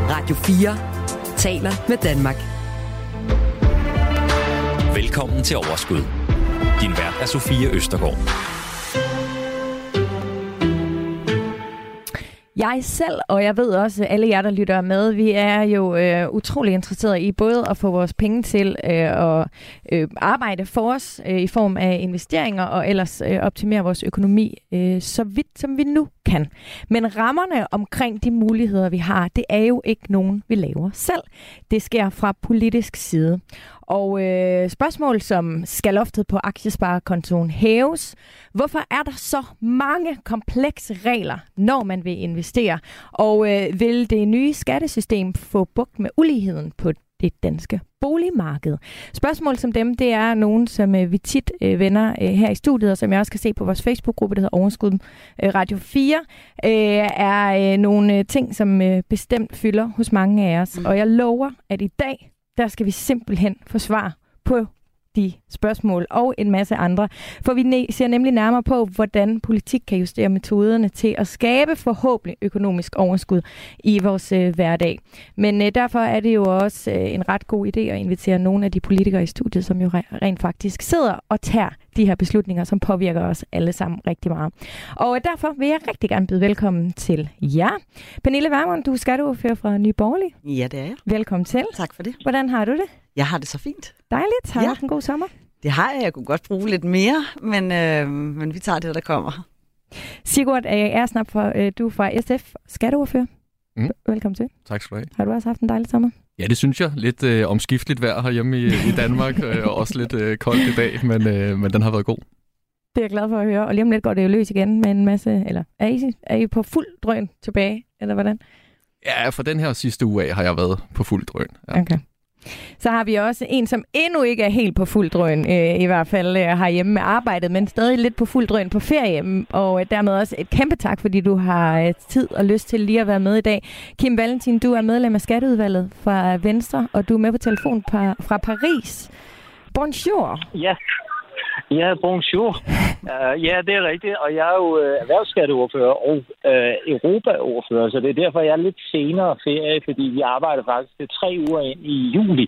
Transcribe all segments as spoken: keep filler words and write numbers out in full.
Radio fire taler med Danmark. Velkommen til Overskud. Din vært er Sofie Østergaard. Jeg selv, og jeg ved også, alle jer, der lytter med, vi er jo øh, utrolig interesserede i både at få vores penge til øh, at øh, arbejde for os øh, i form af investeringer, og ellers øh, optimere vores økonomi øh, så vidt, som vi nu kan. Men rammerne omkring de muligheder, vi har, det er jo ikke nogen, vi laver selv. Det sker fra politisk side. Og øh, spørgsmål som, skal loftet på aktiesparekontoen hæves? Hvorfor er der så mange komplekse regler, når man vil investere? Og øh, vil det nye skattesystem få bugt med uligheden på det danske boligmarked? Spørgsmål som dem, det er nogen, som øh, vi tit øh, vender øh, her i studiet, og som jeg også kan se på vores Facebook-gruppe, der hedder Overskud øh, Radio fire, øh, er øh, nogle øh, ting, som øh, bestemt fylder hos mange af os. Og jeg lover, at i dag, der skal vi simpelthen få svar på de spørgsmål og en masse andre. For vi ser nemlig nærmere på, hvordan politik kan justere metoderne til at skabe forhåbentlig økonomisk overskud i vores øh, hverdag. Men øh, derfor er det jo også øh, en ret god idé at invitere nogle af de politikere i studiet, som jo re- rent faktisk sidder og tager de her beslutninger, som påvirker os alle sammen rigtig meget. Og øh, derfor vil jeg rigtig gerne byde velkommen til jer. Pernille Vermund, du er skatteordfører fra Nye Borgerlige. Ja, det er jeg. Velkommen til. Tak for det. Hvordan har du det? Jeg har det så fint. Dejligt. Har du ja. haft en god sommer? Det har jeg. Jeg kunne godt bruge lidt mere, men, øh, men vi tager det, der kommer. Sigurd Ersnap, øh, du er fra S F, skatteordfører. Mm. Velkommen til. Tak skal du have. Har du også haft en dejlig sommer? Ja, det synes jeg. Lidt øh, omskifteligt vejr herhjemme i, i Danmark, øh, og også lidt øh, koldt i dag, men, øh, men den har været god. Det er jeg glad for at høre. Og lige om lidt går det jo løs igen med en masse... Eller er I, er I på fuld drøn tilbage, eller hvordan? Ja, for den her sidste uge af har jeg været på fuld drøn. Ja. Okay. Så har vi også en, som endnu ikke er helt på fuld drøn, øh, i hvert fald øh, herhjemme med arbejdet, men stadig lidt på fuld drøn på ferie. Og øh, dermed også et kæmpe tak, fordi du har øh, tid og lyst til lige at være med i dag. Kim Valentin, du er medlem af Skatteudvalget fra Venstre, og du er med på telefon par, fra Paris. Bonjour. Ja, ja bonjour. Uh, ja, det er rigtigt, og jeg er jo uh, erhvervsskatteordfører og uh, Europaordfører, så det er derfor, jeg er lidt senere ferie, fordi vi arbejder faktisk til tre uger ind i juli,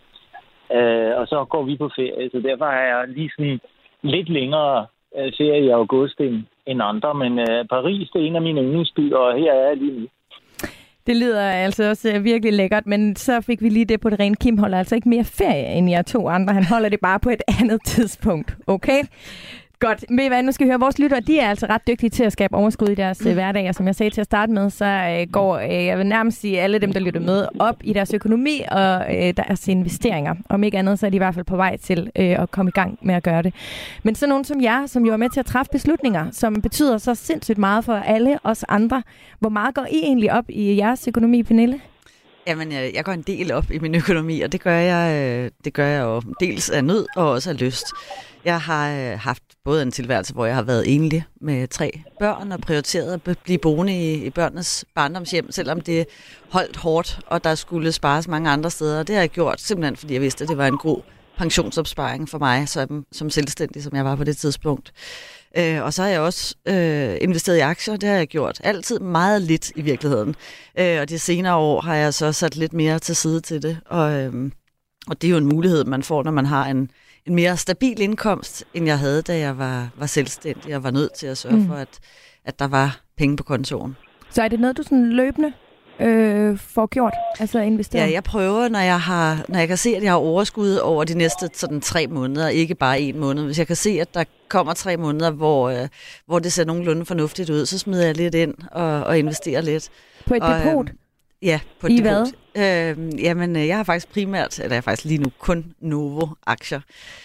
uh, og så går vi på ferie, så derfor har jeg lige sådan lidt længere uh, ferie i august end, end andre, men uh, Paris, det er en af mine yndlingsbyer, og her er jeg lige nu. Det lyder altså også virkelig lækkert, men så fik vi lige det på det rene. Kim holder altså ikke mere ferie end jer to andre. Han holder det bare på et andet tidspunkt, okay? Godt. Ved I hvad, nu skal vi høre, vores lyttere, de er altså ret dygtige til at skabe overskud i deres mm. hverdag, og som jeg sagde til at starte med, så øh, går, øh, jeg vil nærmest sige, alle dem, der lytter med, op i deres økonomi og øh, deres investeringer. Om ikke andet, så er de i hvert fald på vej til øh, at komme i gang med at gøre det. Men så nogen som jer, som jo er med til at træffe beslutninger, som betyder så sindssygt meget for alle os andre. Hvor meget går I egentlig op i jeres økonomi, Pernille? Jamen, jeg, jeg går en del op i min økonomi, og det gør jeg, det gør jeg jo dels af nød og også af lyst. Jeg har øh, haft både en tilværelse, hvor jeg har været enlig med tre børn og prioriteret at blive boende i, i børnenes barndomshjem, selvom det holdt hårdt, og der skulle spares mange andre steder. Det har jeg gjort simpelthen, fordi jeg vidste, at det var en god pensionsopsparing for mig som, som selvstændig, som jeg var på det tidspunkt. Øh, og så har jeg også øh, investeret i aktier. Det har jeg gjort altid meget lidt i virkeligheden. Øh, og de senere år har jeg så sat lidt mere til side til det. Og, øh, og det er jo en mulighed, man får, når man har en, en mere stabil indkomst, end jeg havde, da jeg var, var selvstændig. Jeg var nødt til at sørge mm. for, at, at der var penge på kontoen. Så er det noget, du sådan løbende øh, får gjort? Altså investeret? Ja, jeg prøver, når jeg, har, når jeg kan se, at jeg har overskud over de næste sådan, tre måneder, ikke bare en måned. Hvis jeg kan se, at der kommer tre måneder, hvor, øh, hvor det ser nogenlunde fornuftigt ud, så smider jeg lidt ind og, og investerer lidt. På et og, depot? Øh, ja, på et I depot. hvad? Øh, jamen, jeg har faktisk primært, eller jeg har faktisk lige nu kun Novo-aktier.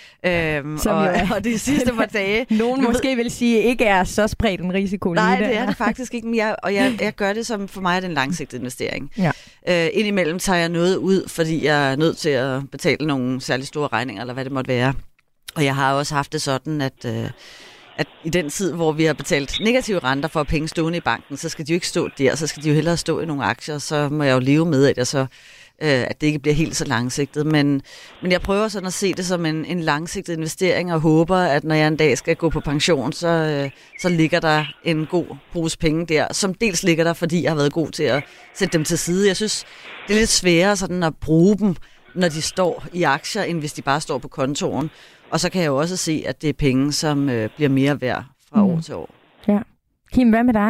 Øhm, og, og de sidste par dage... Nogen måske vil sige, ikke er så spredt en risiko. Nej, det er det faktisk ikke. Men jeg, og jeg, jeg gør det som, for mig er det en langsigtet investering. Ja. Øh, indimellem tager jeg noget ud, fordi jeg er nødt til at betale nogle særlig store regninger, eller hvad det måtte være. Og jeg har også haft det sådan, at, øh, at i den tid, hvor vi har betalt negative renter for penge stående i banken, så skal de jo ikke stå der, så skal de jo hellere stå i nogle aktier. Så må jeg jo leve med, at jeg så at det ikke bliver helt så langsigtet. Men, men jeg prøver sådan at se det som en, en langsigtet investering, og håber, at når jeg en dag skal gå på pension, så, øh, så ligger der en god pose penge der, som dels ligger der, fordi jeg har været god til at sætte dem til side. Jeg synes, det er lidt sværere sådan at bruge dem, når de står i aktier, end hvis de bare står på kontoen. Og så kan jeg jo også se, at det er penge, som øh, bliver mere værd fra mm. år til år. Ja. Kim, hvad med dig?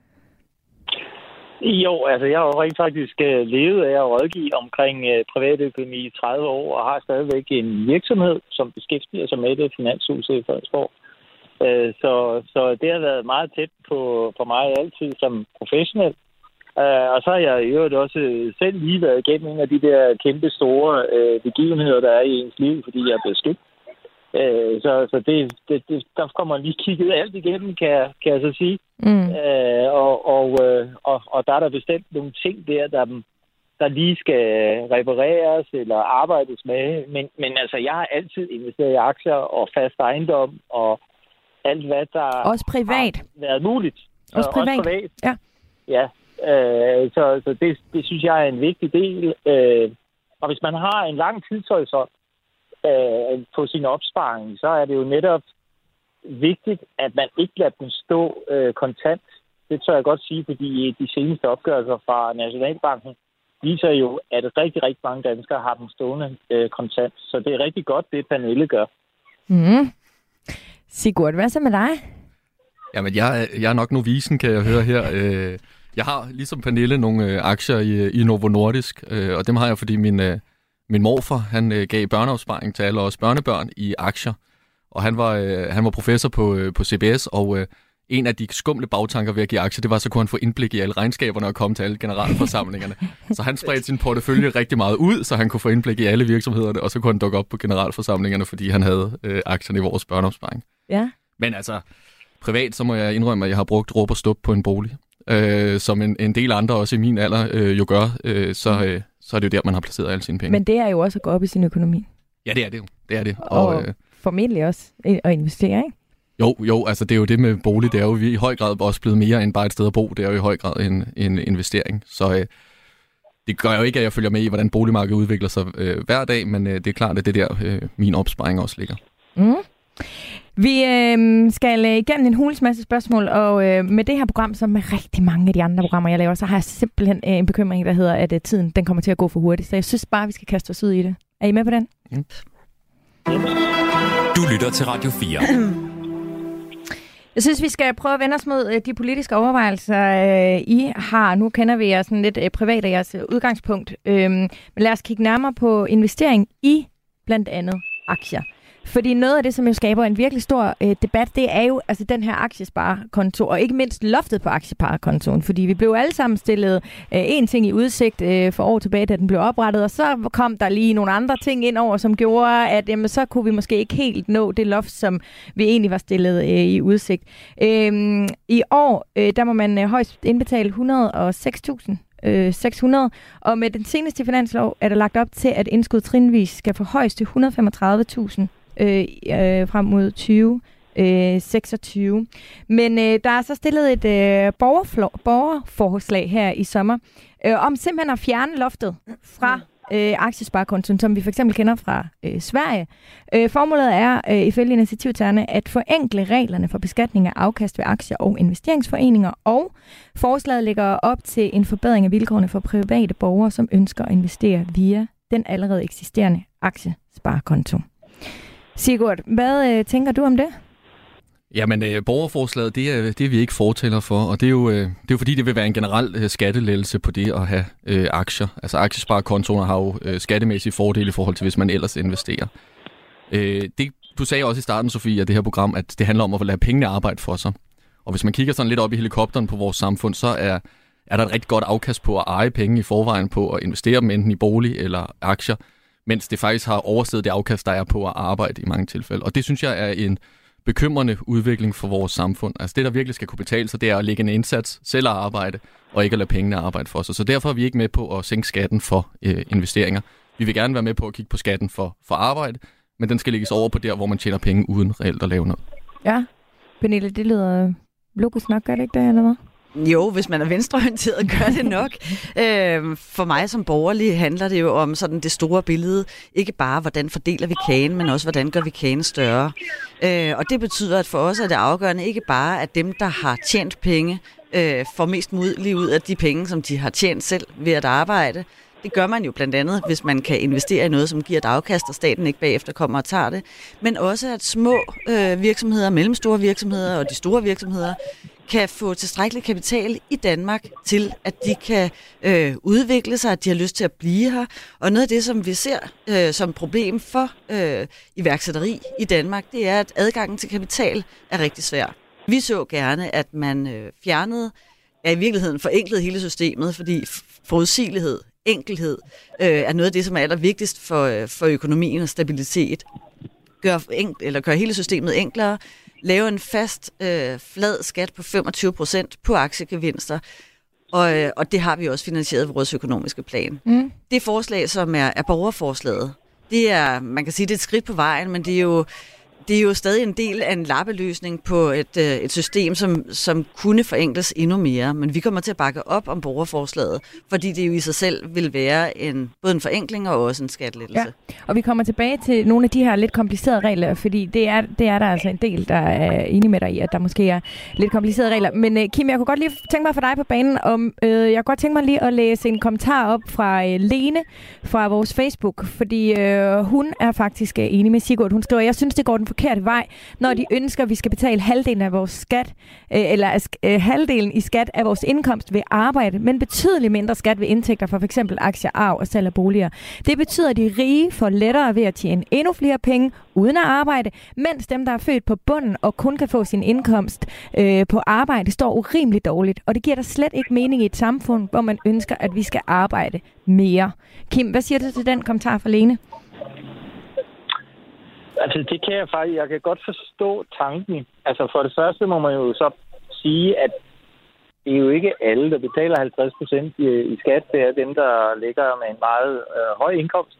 Jo, altså jeg har jo rent faktisk levet af at rådgive omkring uh, privatøkonomi i tredive år, og har stadigvæk en virksomhed, som beskæftiger sig med det, Finanshuset i Frederiksborg. Uh, så, så det har været meget tæt på for mig altid som professionel. Uh, og så har jeg i øvrigt også selv lige været igennem en af de der kæmpe store uh, begivenheder, der er i ens liv, fordi jeg er blevet skilt. Uh, så så det, det, det, der kommer lige kigget alt igennem, kan jeg, kan jeg så sige. Mm. Uh, og, og, uh, og, og der er der bestemt nogle ting der, der, der lige skal repareres eller arbejdes med. Men, men altså, jeg har altid investeret i aktier og fast ejendom og alt, hvad der også privat. Har været muligt. Også privat? Også privat. Ja. Ja. Uh, så så det, det synes jeg er en vigtig del. Uh, og hvis man har en lang tidshorisont uh, på sin opsparing, så er det jo netop vigtigt, at man ikke lader dem stå uh, kontant. Det tør jeg godt sige, fordi de seneste opgørelser fra Nationalbanken viser jo, at rigtig, rigtig mange danskere har dem stående uh, kontant. Så det er rigtig godt, det Pernille gør. Mm. Sigurd, hvad så med dig? Jamen, jeg, jeg er nok novisen, kan jeg høre her. Jeg har, ligesom Pernille, nogle aktier i, i Novo Nordisk, og dem har jeg, fordi min, min morfar, han gav børneopsparing til alle os børnebørn i aktier. Og han var, han var professor på, på C B S, og en af de skumle bagtanker ved at give aktier, det var, så kunne han få indblik i alle regnskaberne og komme til alle generalforsamlingerne. Så han spredte sin portefølje rigtig meget ud, så han kunne få indblik i alle virksomhederne, og så kunne han dukke op på generalforsamlingerne, fordi han havde øh, aktierne i vores børneopsparing. Ja. Men altså, privat, så må jeg indrømme, at jeg har brugt råb og stop på en bolig, øh, som en, en del andre også i min alder øh, jo gør, øh, så, øh, så er det jo der, man har placeret alle sine penge. Men det er jo også at gå op i sin økonomi. Ja, det er det jo. Det er det. Og, og øh, formentlig også at investere, ikke? Jo, jo, altså det er jo det med bolig, det er jo vi i høj grad også blevet mere end bare et sted at bo, det er jo i høj grad en, en investering. Så øh, det gør jo ikke, at jeg følger med i, hvordan boligmarkedet udvikler sig øh, hver dag, men øh, det er klart, at det der øh, min opsparing også ligger. Mm. Vi øh, skal igennem en hulens masse spørgsmål, og øh, med det her program, som med rigtig mange af de andre programmer, jeg laver, så har jeg simpelthen øh, en bekymring, der hedder, at øh, tiden den kommer til at gå for hurtigt. Så jeg synes bare, vi skal kaste os ud i det. Er I med på den? Mm. Du lytter til Radio fire. Jeg synes, vi skal prøve at vende os mod de politiske overvejelser, I har. Nu kender vi jer sådan lidt privat af jeres udgangspunkt. Men lad os kigge nærmere på investering i blandt andet aktier. Fordi noget af det, som jo skaber en virkelig stor øh, debat, det er jo altså den her aktiesparekonto, og ikke mindst loftet på aktiesparekontoen. Fordi vi blev alle sammen stillet øh, en ting i udsigt øh, for år tilbage, da den blev oprettet, og så kom der lige nogle andre ting ind over, som gjorde, at jamen, så kunne vi måske ikke helt nå det loft, som vi egentlig var stillet øh, i udsigt. Øh, I år, øh, der må man øh, højst indbetale et hundrede og seks tusind. seks hundrede, og med den seneste finanslov er der lagt op til, at indskud trinvis skal få højst til et hundrede og femogtredive tusind øh, øh, frem mod tyve seksogtyve. Men øh, der er så stillet et øh, borgerforslag her i sommer øh, om simpelthen at fjerne loftet fra øh, aktiesparekontoen, som vi for eksempel kender fra øh, Sverige. Øh, formålet er øh, ifølge initiativtagerne at forenkle reglerne for beskatning af afkast ved aktier og investeringsforeninger, og forslaget lægger op til en forbedring af vilkårene for private borgere, som ønsker at investere via den allerede eksisterende aktiesparekonto. Sigurd, hvad øh, tænker du om det? Jamen, øh, borgerforslaget, det er, det er vi ikke fortæller for, og det er jo, øh, det er jo fordi, det vil være en generel øh, skattelettelse på det at have øh, aktier. Altså aktiesparekontoer har jo øh, skattemæssige fordele i forhold til, hvis man ellers investerer. Øh, det, du sagde også i starten, Sofie, af det her program, at det handler om at lade pengene arbejde for sig. Og hvis man kigger sådan lidt op i helikopteren på vores samfund, så er, er der et rigtig godt afkast på at eje penge i forvejen på at investere dem enten i bolig eller aktier, mens det faktisk har oversteget det afkast, der er på at arbejde i mange tilfælde. Og det synes jeg er en bekymrende udvikling for vores samfund. Altså det, der virkelig skal kunne betale sig, det er at lægge en indsats, selv at arbejde, og ikke at lade pengene arbejde for sig. Så derfor er vi ikke med på at sænke skatten for øh, investeringer. Vi vil gerne være med på at kigge på skatten for, for arbejde, men den skal lægges over på der, hvor man tjener penge uden reelt at lave noget. Ja, Pernille, det lyder logisk nok, gør det ikke det, eller hvad? Jo, hvis man er venstreorienteret, gør det nok. øh, for mig som borgerlig handler det jo om sådan det store billede. Ikke bare, hvordan fordeler vi kagen, men også, hvordan gør vi kagen større. Øh, og det betyder, at for os er det afgørende ikke bare, at dem, der har tjent penge, øh, får mest muligt ud af de penge, som de har tjent selv ved at arbejde. Det gør man jo blandt andet, hvis man kan investere i noget, som giver et afkast, og staten ikke bagefter kommer og tager det. Men også, at små øh, virksomheder, mellemstore virksomheder og de store virksomheder kan få tilstrækkelig kapital i Danmark til, at de kan øh, udvikle sig, at de har lyst til at blive her. Og noget af det, som vi ser øh, som problem for øh, iværksætteri i Danmark, det er, at adgangen til kapital er rigtig svær. Vi så gerne, at man øh, fjernede, ja i virkeligheden forenklede hele systemet, fordi forudsigelighed, enkelhed øh, er noget af det, som er allervigtigst for, øh, for økonomien og stabilitet. Gør, enk, eller gør hele systemet enklere, lave en fast, øh, flad skat på femogtyve procent på aktiegevinster, og, øh, og det har vi også finansieret ved vores økonomiske plan. Mm. Det forslag, som er, er borgerforslaget, det er, man kan sige, det er et skridt på vejen, men det er jo, det er jo stadig en del af en lappeløsning på et, øh, et system, som, som kunne forenkles endnu mere. Men vi kommer til at bakke op om borgerforslaget, fordi det jo i sig selv vil være en, både en forenkling og også en skattelettelse. Ja. Og vi kommer tilbage til nogle af de her lidt komplicerede regler, fordi det er, det er der altså en del, der er enige med dig i, at der måske er lidt komplicerede regler. Men uh, Kim, jeg kunne godt lige tænke mig for dig på banen, om uh, jeg kunne godt tænke mig lige at læse en kommentar op fra uh, Lene fra vores Facebook, fordi uh, hun er faktisk uh, enig med Sigurd. Hun skriver, jeg synes, det går den forkerte vej, når de ønsker, at vi skal betale halvdelen af vores skat, øh, eller øh, halvdelen i skat af vores indkomst ved arbejde, men betydeligt mindre skat ved indtægter for f.eks. aktier, arv og salg af boliger. Det betyder, at de rige får lettere ved at tjene endnu flere penge uden at arbejde, mens dem, der er født på bunden og kun kan få sin indkomst øh, på arbejde, står urimeligt dårligt. Og det giver der slet ikke mening i et samfund, hvor man ønsker, at vi skal arbejde mere. Kim, hvad siger du til den kommentar fra Lene? Altså, det kan jeg faktisk... Jeg kan godt forstå tanken. Altså, for det første må man jo så sige, at det er jo ikke alle, der betaler halvtreds procent i, i skat. Det er dem, der ligger med en meget øh, høj indkomst.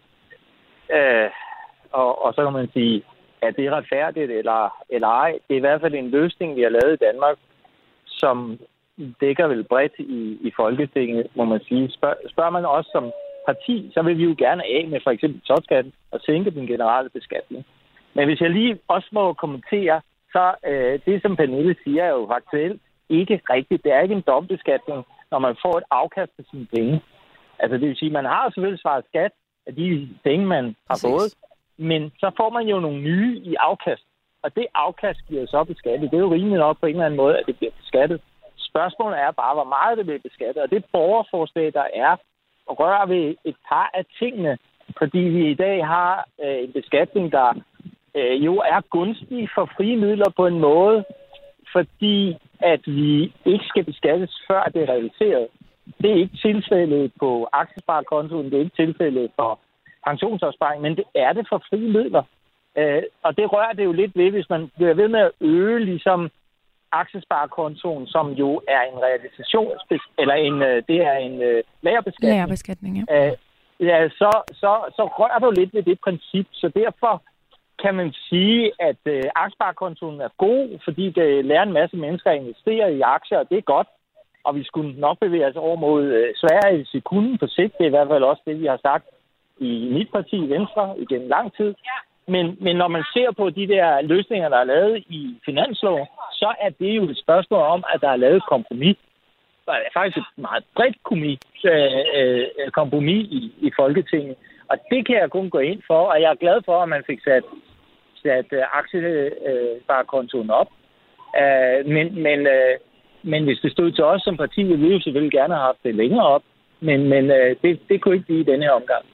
Øh, og, og så kan man sige, at det er retfærdigt eller, eller ej. Det er i hvert fald en løsning, vi har lavet i Danmark, som dækker vel bredt i, i Folketinget, må man sige. Spørg, spørger man også som parti, så vil vi jo gerne af med for eksempel topskatten og sænke den generelle beskatning. Men hvis jeg lige også må kommentere, så øh, det, som Pernille siger, er jo faktuelt ikke rigtigt. Det er ikke en dobbeltbeskatning, når man får et afkast på sine penge. Altså det vil sige, man har selvfølgelig svaret skat af de penge, man har Præcis. fået, men så får man jo nogle nye i afkast. Og det afkast bliver så beskattet. Det er jo rimeligt nok på en eller anden måde, at det bliver beskattet. Spørgsmålet er bare, hvor meget det bliver beskattet. Og det borgerforslag, der er, rører ved et par af tingene, fordi vi i dag har øh, en beskatning, der øh, jo er gunstig for frie midler på en måde, fordi at vi ikke skal beskattes, før det er realiseret. Det er ikke tilfældet på aktiesparekontoen, det er ikke tilfældet for pensionsopsparing, men det er det for frie midler. Øh, og det rører det jo lidt ved, hvis man bliver ved med at øge ligesom aktiesparekontoen, som jo er en realisations eller en det er en øh, lagerbeskatning. Lagerbeskatning, ja. Øh, ja, så så så rører du lidt ved det princip, så derfor kan man sige, at øh, aktiesparekontoen er god, fordi det lærer en masse mennesker at investere i aktier, og det er godt. Og vi skulle nok bevæge os over mod øh, Sverige, hvis vi kunne på sigt. Det er i hvert fald også det, vi har sagt i mit parti, Venstre, igennem lang tid. Men, men når man ser på de der løsninger, der er lavet i finansloven, så er det jo et spørgsmål om, at der er lavet et kompromis. Der er faktisk et meget bredt kompromis, øh, kompromis i, i Folketinget. Og det kan jeg kun gå ind for, og jeg er glad for, at man fik sat, sat øh, aktiesparekontoen op. Øh, men, men, øh, men hvis det stod til os som parti, ville vi jo selvfølgelig gerne have haft det længere op. Men, men øh, det, det kunne ikke blive i denne her omgang.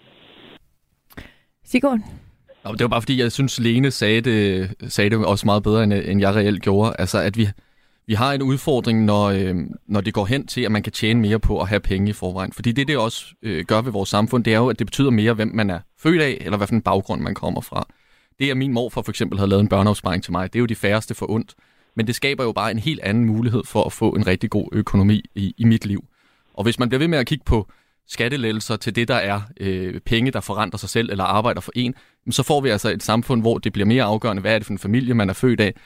Sigurd? Nå, det var bare fordi, jeg synes, Lene sagde det, sagde det også meget bedre, end, end jeg reelt gjorde. Altså, at vi, vi har en udfordring, når, øh, når det går hen til, at man kan tjene mere på at have penge i forvejen. Fordi det, det også øh, gør ved vores samfund, det er jo, at det betyder mere, hvem man er født af, eller hvad for en baggrund man kommer fra. Det, at min morfar for eksempel havde lavet en børneopsparing til mig, det er jo de færreste for ondt. Men det skaber jo bare en helt anden mulighed for at få en rigtig god økonomi i, i mit liv. Og hvis man bliver ved med at kigge på skattelettelser til det, der er øh, penge, der forrenter sig selv eller arbejder for en, så får vi altså et samfund, hvor det bliver mere afgørende, hvad er det for en familie, man er født af,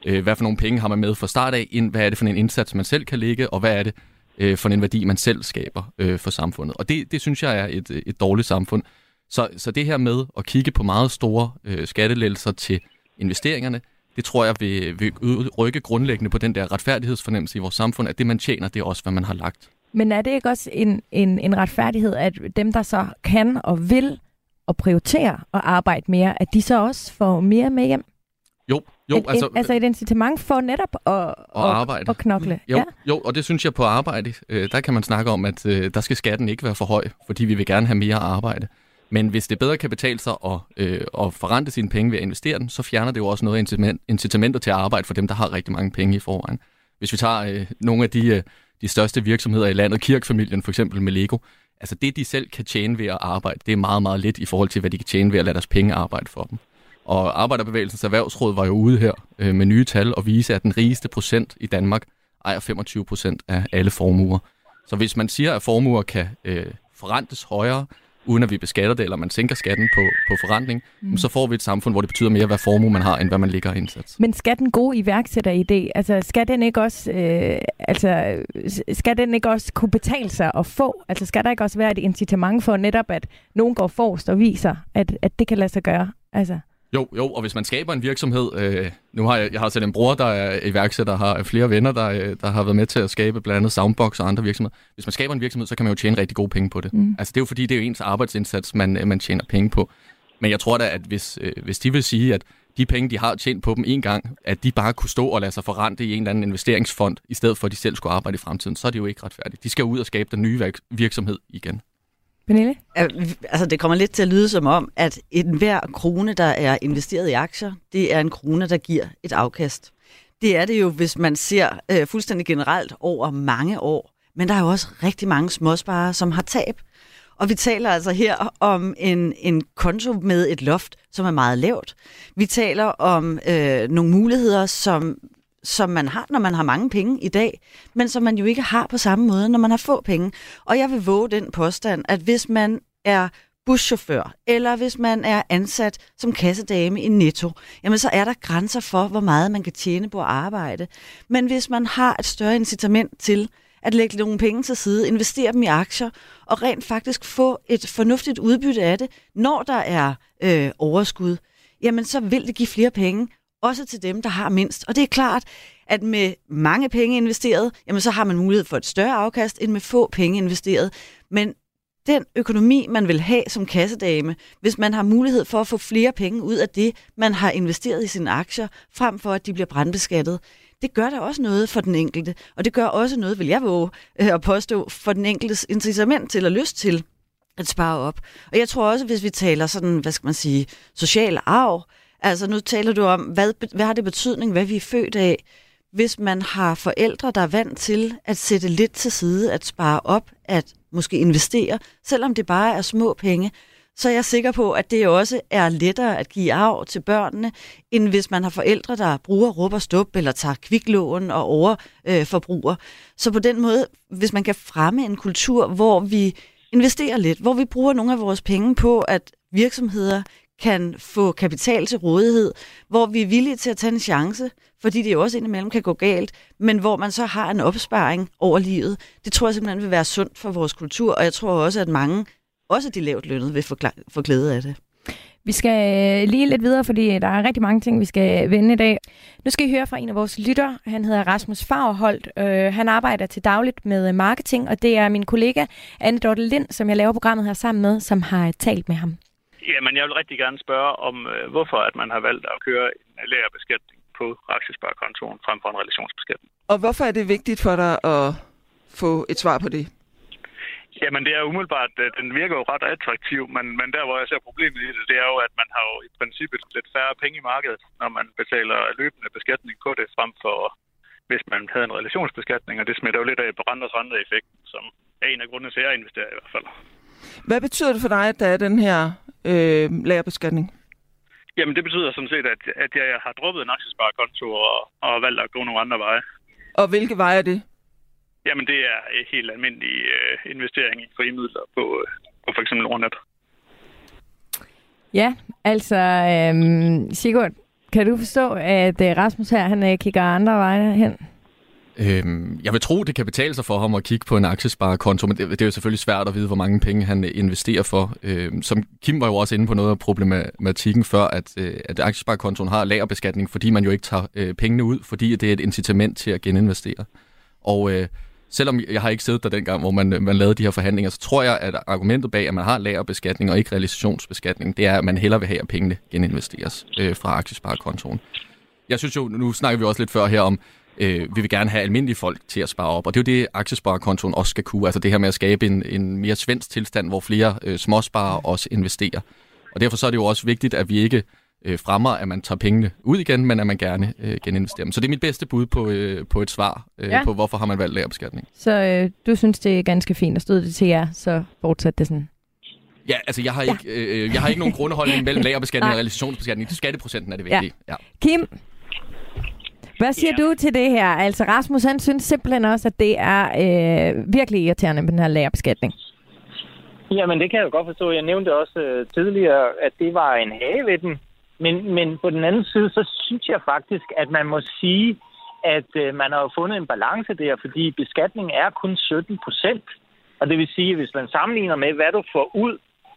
Øh, hvad for nogle penge har man med fra start af? Ind, hvad er det for en indsats, man selv kan lægge? Og hvad er det øh, for en værdi, man selv skaber øh, for samfundet? Og det, det synes jeg er et, et dårligt samfund. Så, så det her med at kigge på meget store øh, skattelettelser til investeringerne, det tror jeg vil, vil rykke grundlæggende på den der retfærdighedsfornemmelse i vores samfund, at det, man tjener, det er også, hvad man har lagt. Men er det ikke også en, en, en retfærdighed, at dem, der så kan og vil og prioritere at arbejde mere, at de så også får mere med hjem? Jo, jo. Et, altså, et, altså et incitament for netop at, at arbejde. Og knokle. Jo, ja. jo, og det synes jeg på arbejde, øh, der kan man snakke om, at øh, der skal skatten ikke være for høj, fordi vi vil gerne have mere arbejde. Men hvis det bedre kan betale sig at, øh, at forrente sine penge ved at investere dem, så fjerner det jo også noget incitament, incitamenter til at arbejde for dem, der har rigtig mange penge i forvejen. Hvis vi tager øh, nogle af de, øh, de største virksomheder i landet, Kirk-familien for eksempel med Lego, altså det, de selv kan tjene ved at arbejde, det er meget, meget lidt i forhold til, hvad de kan tjene ved at lade deres penge arbejde for dem. Og Arbejderbevægelsens Erhvervsråd var jo ude her øh, med nye tal og vise, at den rigeste procent i Danmark ejer femogtyve procent af alle formuer. Så hvis man siger, at formuer kan øh, forrentes højere, uden at vi beskatter det, eller man sænker skatten på, på forrentning, mm. så får vi et samfund, hvor det betyder mere, hvad formue man har, end hvad man lægger indsats. Men skal den gode iværksætteridé, altså skal den ikke også, øh, altså skal den ikke også kunne betale sig at få? Altså skal der ikke også være et incitament for netop, at nogen går forrest og viser, at, at det kan lade sig gøre? Altså. Jo, jo, og hvis man skaber en virksomhed, øh, nu har jeg, jeg har selv en bror, der er iværksætter, har flere venner, der, der har været med til at skabe blandt andet Soundbox og andre virksomheder. Hvis man skaber en virksomhed, så kan man jo tjene rigtig gode penge på det. Mm. Altså det er jo fordi, det er jo ens arbejdsindsats, man, man tjener penge på. Men jeg tror da, at hvis, øh, hvis de vil sige, at de penge, de har tjent på dem en gang, at de bare kunne stå og lade sig forrente i en eller anden investeringsfond, i stedet for at de selv skulle arbejde i fremtiden, så er det jo ikke retfærdigt. De skal ud og skabe den nye virksomhed igen. Pernille? Altså, det kommer lidt til at lyde som om, at enhver krone, der er investeret i aktier, det er en krone, der giver et afkast. Det er det jo, hvis man ser øh, fuldstændig generelt over mange år. Men der er jo også rigtig mange småsparere, som har tab. Og vi taler altså her om en, en konto med et loft, som er meget lavt. Vi taler om øh, nogle muligheder, som... som man har, når man har mange penge i dag, men som man jo ikke har på samme måde, når man har få penge. Og jeg vil våge den påstand, at hvis man er buschauffør, eller hvis man er ansat som kassedame i Netto, jamen så er der grænser for, hvor meget man kan tjene på at arbejde. Men hvis man har et større incitament til at lægge nogle penge til side, investere dem i aktier, og rent faktisk få et fornuftigt udbytte af det, når der er øh, overskud, jamen så vil det give flere penge, også til dem, der har mindst. Og det er klart, at med mange penge investeret, jamen så har man mulighed for et større afkast, end med få penge investeret. Men den økonomi, man vil have som kassedame, hvis man har mulighed for at få flere penge ud af det, man har investeret i sine aktier, frem for at de bliver brandbeskattet, det gør der også noget for den enkelte. Og det gør også noget, vil jeg våge at påstå, for den enkeltes incitament til og lyst til at spare op. Og jeg tror også, hvis vi taler sådan, hvad skal man sige, social arv, altså nu taler du om, hvad, hvad har det betydning, hvad vi er født af, hvis man har forældre, der er vant til at sætte lidt til side, at spare op, at måske investere, selvom det bare er små penge, så er jeg sikker på, at det også er lettere at give arv til børnene, end hvis man har forældre, der bruger rup og stup, eller tager kviklån og overforbruger. Så på den måde, hvis man kan fremme en kultur, hvor vi investerer lidt, hvor vi bruger nogle af vores penge på, at virksomheder kan få kapital til rådighed, hvor vi er villige til at tage en chance, fordi det jo også indimellem kan gå galt, men hvor man så har en opsparing over livet. Det tror jeg simpelthen vil være sundt for vores kultur, og jeg tror også, at mange, også de lavt lønnede, vil få glæde af det. Vi skal lige lidt videre, fordi der er rigtig mange ting, vi skal vende i dag. Nu skal I høre fra en af vores lytter. Han hedder Rasmus Fagerholt. Uh, han arbejder til dagligt med marketing, og det er min kollega Anne Dorte Lind, som jeg laver programmet her sammen med, som har talt med ham. Jamen, jeg vil rigtig gerne spørge om, øh, hvorfor at man har valgt at køre en lagerbeskatning på aktiesparekontoen frem for en relationsbeskatning. Og hvorfor er det vigtigt for dig at få et svar på det? Jamen, det er umiddelbart, at den virker jo ret attraktiv, men, men der, hvor jeg ser problemet i det, det er jo, at man har jo i princippet lidt færre penge i markedet, når man betaler løbende beskatning på det, frem for hvis man havde en relationsbeskatning, og det smitter jo lidt af på renters renteeffekten, som er en af grundene til, at jeg investerer i hvert fald. Hvad betyder det for dig, at der er den her øh, lagerbeskatning? Jamen, det betyder sådan set, at, at jeg har droppet en aktiesparekonto og, og valgt at gå nogle andre veje. Og hvilke veje er det? Jamen, det er helt almindelig øh, investering i frie midler på, øh, på for eksempel Nordnet. Ja, altså, øhm, Sigurd, Kan du forstå, at Rasmus her, han kigger andre veje hen? Øhm, jeg vil tro, det kan betale sig for ham at kigge på en aktiesparekonto, men det, det er jo selvfølgelig svært at vide, hvor mange penge han investerer for. Øhm, som Kim var jo også inde på noget af problematikken før, at, øh, at aktiesparekontoen har lagerbeskatning, fordi man jo ikke tager øh, pengene ud, fordi det er et incitament til at geninvestere. Og øh, selvom jeg har ikke siddet der dengang, hvor man, man lavede de her forhandlinger, så tror jeg, at argumentet bag, at man har lagerbeskatning og ikke realisationsbeskatning, det er, at man hellere vil have, at pengene geninvesteres øh, fra aktiesparekontoen. Jeg synes jo, nu snakker vi også lidt før her om, øh, vi vil gerne have almindelige folk til at spare op, og det er jo det, aktiesparekontoen også skal kunne. Altså det her med at skabe en, en mere svensk tilstand, hvor flere øh, småsparere også investerer. Og derfor så er det jo også vigtigt, at vi ikke øh, fremmer, at man tager pengene ud igen, men at man gerne øh, geninvesterer dem. Så det er mit bedste bud på, øh, på et svar øh, ja. på, hvorfor har man valgt lagerbeskatning. Så øh, du synes, det er ganske fint, at stod det til jer, så fortsat det sådan? Ja, altså jeg har ikke, ja. øh, jeg har ikke nogen grundholdning mellem lagerbeskatning og realisationsbeskatning. Skatteprocenten er det vigtige. Ja. Ja. Kim, hvad siger ja. du til det her? Altså Rasmus, han synes simpelthen også, at det er øh, virkelig irriterende med den her lagerbeskatning. Jamen, det kan jeg jo godt forstå. Jeg nævnte også øh, tidligere, at det var en hage ved den. Men, men på den anden side, så synes jeg faktisk, at man må sige, at øh, man har fundet en balance der, fordi beskatning er kun sytten procent. Og det vil sige, at hvis man sammenligner med, hvad du får ud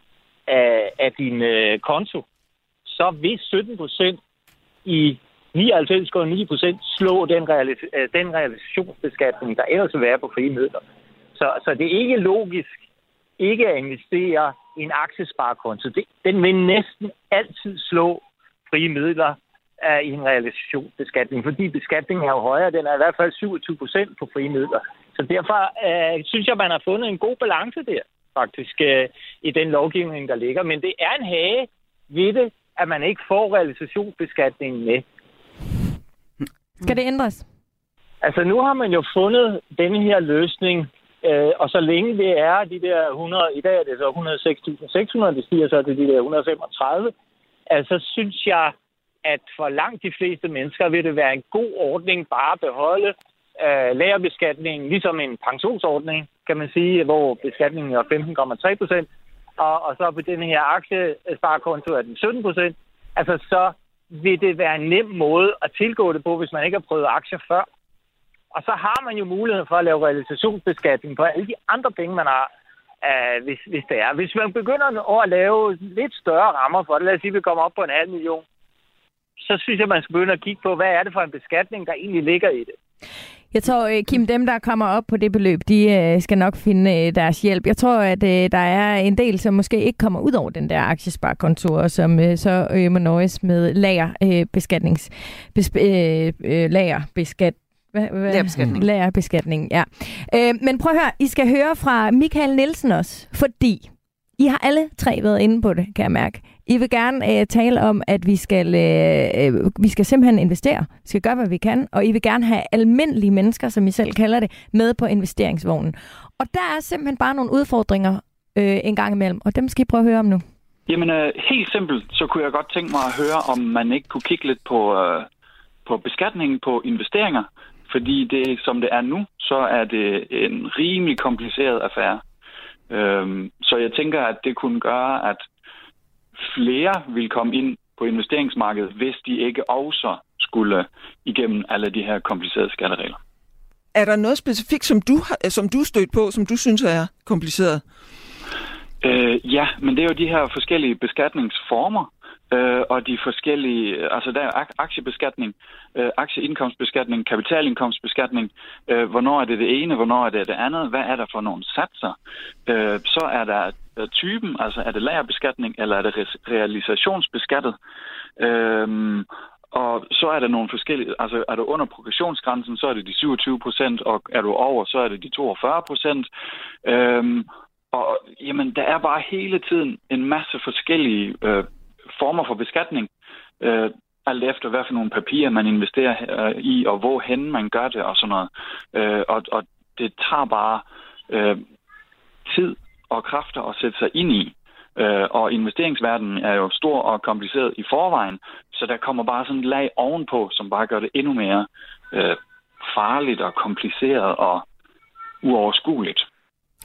af, af din øh, konto, så vil sytten procent i nioghalvfems komma ni procent slå den, realis- den realisationsbeskatning, der ellers vil være på frie midler. Så, så det er ikke logisk ikke at investere i en aktiesparekonto. Det, den vil næsten altid slå frie midler uh, i en realisationsbeskatning, fordi beskatningen er jo højere. Den er i hvert fald syvogtyve procent på frie midler. Så derfor uh, synes jeg, man har fundet en god balance der, faktisk, uh, i den lovgivning, der ligger. Men det er en hage ved det, at man ikke får realisationsbeskatningen med. Skal det ændres? Altså, nu har man jo fundet denne her løsning, øh, og så længe det er de der hundrede, i dag er det så et hundrede og seks tusind seks hundrede, det stiger så til de der et hundrede og femogtredive, altså synes jeg, at for langt de fleste mennesker vil det være en god ordning bare at beholde øh, lagerbeskatningen, ligesom en pensionsordning, kan man sige, hvor beskatningen er femten komma tre procent, og, og så på den her aktiesparekonto er den sytten procent, altså så vil det være en nem måde at tilgå det på, hvis man ikke har prøvet aktier før. Og så har man jo mulighed for at lave realisationsbeskatning på alle de andre penge, man har, øh, hvis, hvis det er. Hvis man begynder at lave lidt større rammer for det, lad os sige, at vi kommer op på en halv million, så synes jeg, man skal begynde at kigge på, hvad er det for en beskatning, der egentlig ligger i det. Jeg tror, Kim, dem, der kommer op på det beløb, de øh, skal nok finde øh, deres hjælp. Jeg tror, at øh, der er en del, som måske ikke kommer ud over den der aktiesparekonto, og som øh, så øh, må nøjes med lagerbeskatnings... Øh, øh, øh, lagerbeskat, Lagerbeskatning. Lagerbeskatning, ja. Øh, men prøv at høre, I skal høre fra Michael Nielsen også, fordi I har alle tre været inde på det, kan jeg mærke. I vil gerne øh, tale om, at vi skal, øh, vi skal simpelthen investere. Vi skal gøre, hvad vi kan. Og I vil gerne have almindelige mennesker, som I selv kalder det, med på investeringsvognen. Og der er simpelthen bare nogle udfordringer øh, en gang imellem. Og dem skal I prøve at høre om nu. Jamen, øh, helt simpelt, så kunne jeg godt tænke mig at høre, om man ikke kunne kigge lidt på, øh, på beskatningen på investeringer. Fordi det, som det er nu, så er det en rimelig kompliceret affære. Øh, så jeg tænker, at det kunne gøre, at flere vil komme ind på investeringsmarkedet, hvis de ikke også skulle igennem alle de her komplicerede skatteregler. Er der noget specifikt, som du har, som du stødt på, som du synes er kompliceret? Øh, ja, men det er jo de her forskellige beskatningsformer, øh, og de forskellige, altså der er aktiebeskatning, øh, aktieindkomstbeskatning, kapitalindkomstbeskatning, øh, hvornår er det det ene, hvornår er det det andet, hvad er der for nogle satser? Øh, så er der typen, altså er det lagerbeskatning, eller er det realisationsbeskattet? Øhm, og så er der nogle forskellige, altså er du under progressionsgrænsen, så er det de syvogtyve procent, og er du over, så er det de toogfyrre procent. Øhm, og jamen, der er bare hele tiden en masse forskellige øh, former for beskatning, øh, alt efter hvad for nogle papirer man investerer øh, i, og hvorhen man gør det, og sådan noget. Øh, og, og det tager bare øh, tid og kræfter at sætte sig ind i. Øh, og investeringsverdenen er jo stor og kompliceret i forvejen, så der kommer bare sådan et lag ovenpå, som bare gør det endnu mere øh, farligt og kompliceret og uoverskueligt.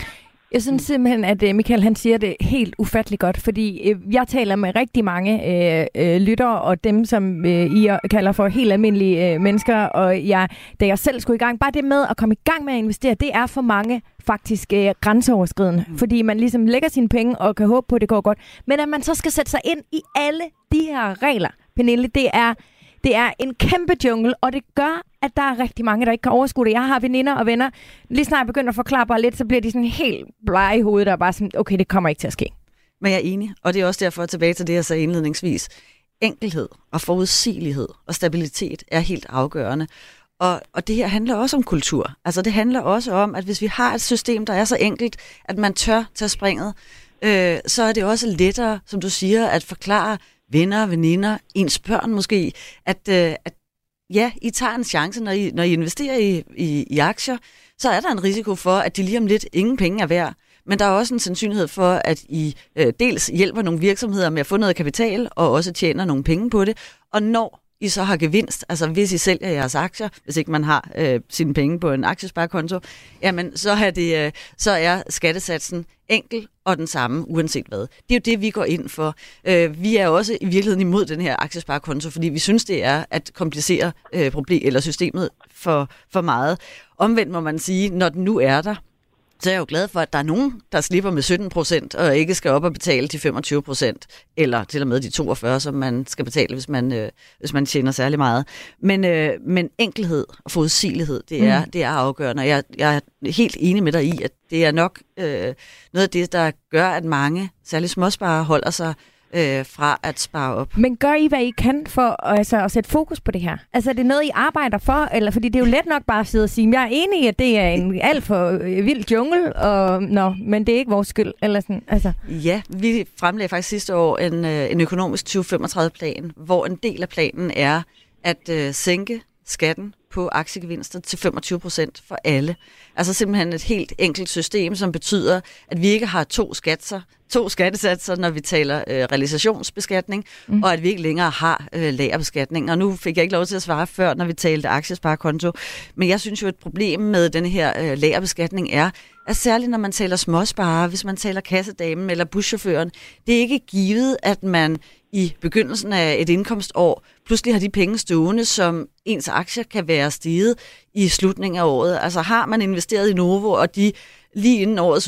Jeg synes simpelthen, at Michael han siger det helt ufatteligt godt, fordi øh, jeg taler med rigtig mange øh, øh, lyttere, og dem, som øh, I kalder for helt almindelige øh, mennesker, og jeg, da jeg selv skulle i gang, bare det med at komme i gang med at investere, det er for mange faktisk øh, grænseoverskridende, mm. fordi man ligesom lægger sine penge og kan håbe på, at det går godt, men at man så skal sætte sig ind i alle de her regler, Pernille, det er Det er en kæmpe jungle, og det gør, at der er rigtig mange, der ikke kan overskue det. Jeg har veninder og venner. Lige snart jeg begynder at forklare bare lidt, så bliver de sådan helt blege i hovedet, og bare sådan, okay, det kommer ikke til at ske. Men jeg er enig, og det er også derfor tilbage til det, jeg sagde indledningsvis. Enkelhed og forudsigelighed og stabilitet er helt afgørende. Og, og det her handler også om kultur. Altså det handler også om, at hvis vi har et system, der er så enkelt, at man tør tage springet, øh, så er det også lettere, som du siger, at forklare venner, veninder, ens børn måske, at, øh, at ja, I tager en chance, når I, når I investerer i, i, i aktier, så er der en risiko for, at de lige om lidt ingen penge er værd. Men der er også en sandsynlighed for, at I øh, dels hjælper nogle virksomheder med at få noget kapital, og også tjener nogle penge på det. Og når I så har gevinst, altså hvis I sælger jeres aktier, hvis ikke man har øh, sine penge på en aktiesparekonto, jamen så er, det, øh, så er skattesatsen enkel og den samme, uanset hvad. Det er jo det, vi går ind for. Øh, vi er også i virkeligheden imod den her aktiesparekonto, fordi vi synes, det er at komplicere øh, problem, eller systemet for, for meget. Omvendt må man sige, når den nu er der, så er jeg jo glad for, at der er nogen, der slipper med sytten procent, og ikke skal op og betale de femogtyve procent, eller til og med de toogfyrre, som man skal betale, hvis man, øh, hvis man tjener særlig meget. Men, øh, men enkelhed og forudsigelighed, det er, mm. det er afgørende, og jeg, jeg er helt enig med dig i, at det er nok øh, noget af det, der gør, at mange, særligt småsparere, holder sig øh, fra at spare op. Men gør I, hvad I kan for altså, at sætte fokus på det her? Altså er det noget, I arbejder for? Eller, fordi det er jo let nok bare at sidde og sige, jeg er enig i, at det er en alt for vild jungle, og, nå, men det er ikke vores skyld. Eller sådan, altså. Ja, vi fremlagde faktisk sidste år en, en økonomisk tyve femogtredive-plan, hvor en del af planen er at øh, sænke skatten på aktiegevinster til femogtyve procent for alle. Altså simpelthen et helt enkelt system, som betyder, at vi ikke har to skatser, to skattesatser, når vi taler øh, realisationsbeskatning, mm. og at vi ikke længere har øh, lagerbeskatning. Og nu fik jeg ikke lov til at svare før, når vi talte aktiesparekonto. Men jeg synes jo, et problem med den her øh, lagerbeskatning er, at særligt når man taler småsparer, hvis man taler kassedamen eller buschaufføren, det er ikke givet, at man i begyndelsen af et indkomstår pludselig har de penge stående, som ens aktier kan være steget i slutningen af året. Altså har man investeret i Novo, og de lige inden årets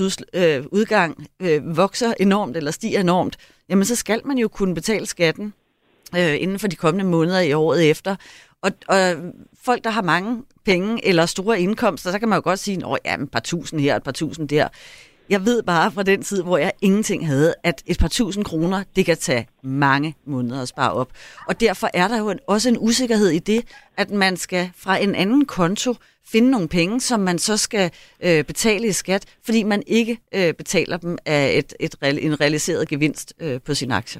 udgang øh, vokser enormt eller stiger enormt, jamen så skal man jo kunne betale skatten øh, inden for de kommende måneder i året efter. Og, og folk, der har mange penge eller store indkomster, så kan man jo godt sige, at ja, et par tusind her, et par tusind der. Jeg ved bare fra den tid, hvor jeg ingenting havde, at et par tusind kroner, det kan tage mange måneder at spare op. Og derfor er der jo en, også en usikkerhed i det, at man skal fra en anden konto finde nogle penge, som man så skal øh, betale i skat, fordi man ikke øh, betaler dem af et, et, en realiseret gevinst øh, på sine aktier.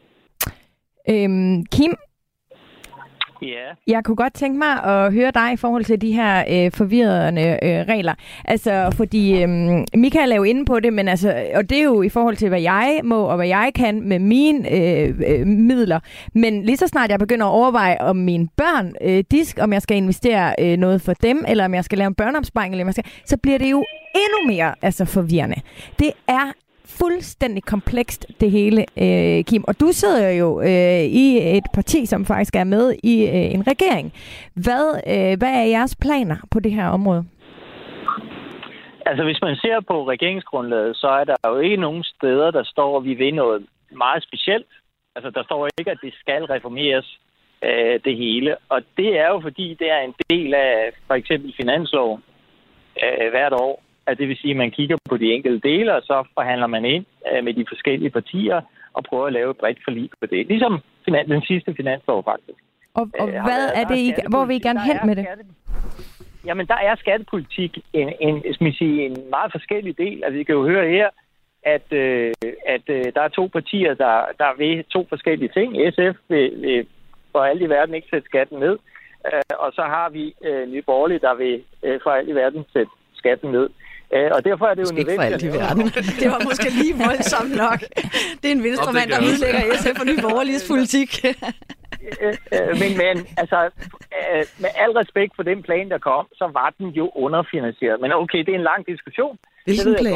Øhm, Kim? Ja. Jeg kunne godt tænke mig at høre dig i forhold til de her øh, forvirrende øh, regler. Altså, fordi øh, Michael er jo inde på det, men altså, og det er jo i forhold til, hvad jeg må og hvad jeg kan med mine øh, øh, midler. Men lige så snart jeg begynder at overveje, om mine børn, øh, disk, om jeg skal investere øh, noget for dem, eller om jeg skal lave en børneopsparing, eller om jeg skal, så bliver det jo endnu mere altså, forvirrende. Det er fuldstændig komplekst, det hele, øh, Kim. Og du sidder jo øh, i et parti, som faktisk er med i øh, en regering. Hvad, øh, hvad er jeres planer på det her område? Altså, hvis man ser på regeringsgrundlaget, så er der jo ikke nogen steder, der står, at vi vil noget meget specielt. Altså, der står ikke, at det skal reformeres, øh, det hele. Og det er jo, fordi det er en del af, for eksempel finansloven øh, hvert år. At det vil sige, at man kigger på de enkelte dele, og så forhandler man ind øh, med de forskellige partier og prøver at lave et bredt forlig på det. Ligesom finan- den sidste finanslov, faktisk. Og, og øh, hvad er det, I, hvor vil I gerne hen med det? Skatte... Jamen, der er skattepolitik en, en, skal sige, en meget forskellig del. Altså, vi kan jo høre her, at, øh, at øh, der er to partier, der, der vil to forskellige ting. S F vil, vil for alt i verden ikke sætte skatten ned. Øh, og så har vi øh, Nye Borgerlige, der vil øh, for alt i verden sætte skatten ned. Uh, og derfor er det jo nødvendigt. Ikke for alt i verden. Det var måske lige voldsomt nok. Det er en venstremand, der udlægger S F og Nye Borgerliges politik. uh, uh, men, men altså, uh, med al respekt for den plan, der kom, så var den jo underfinansieret. Men okay, det er en lang diskussion. Hvilken plan?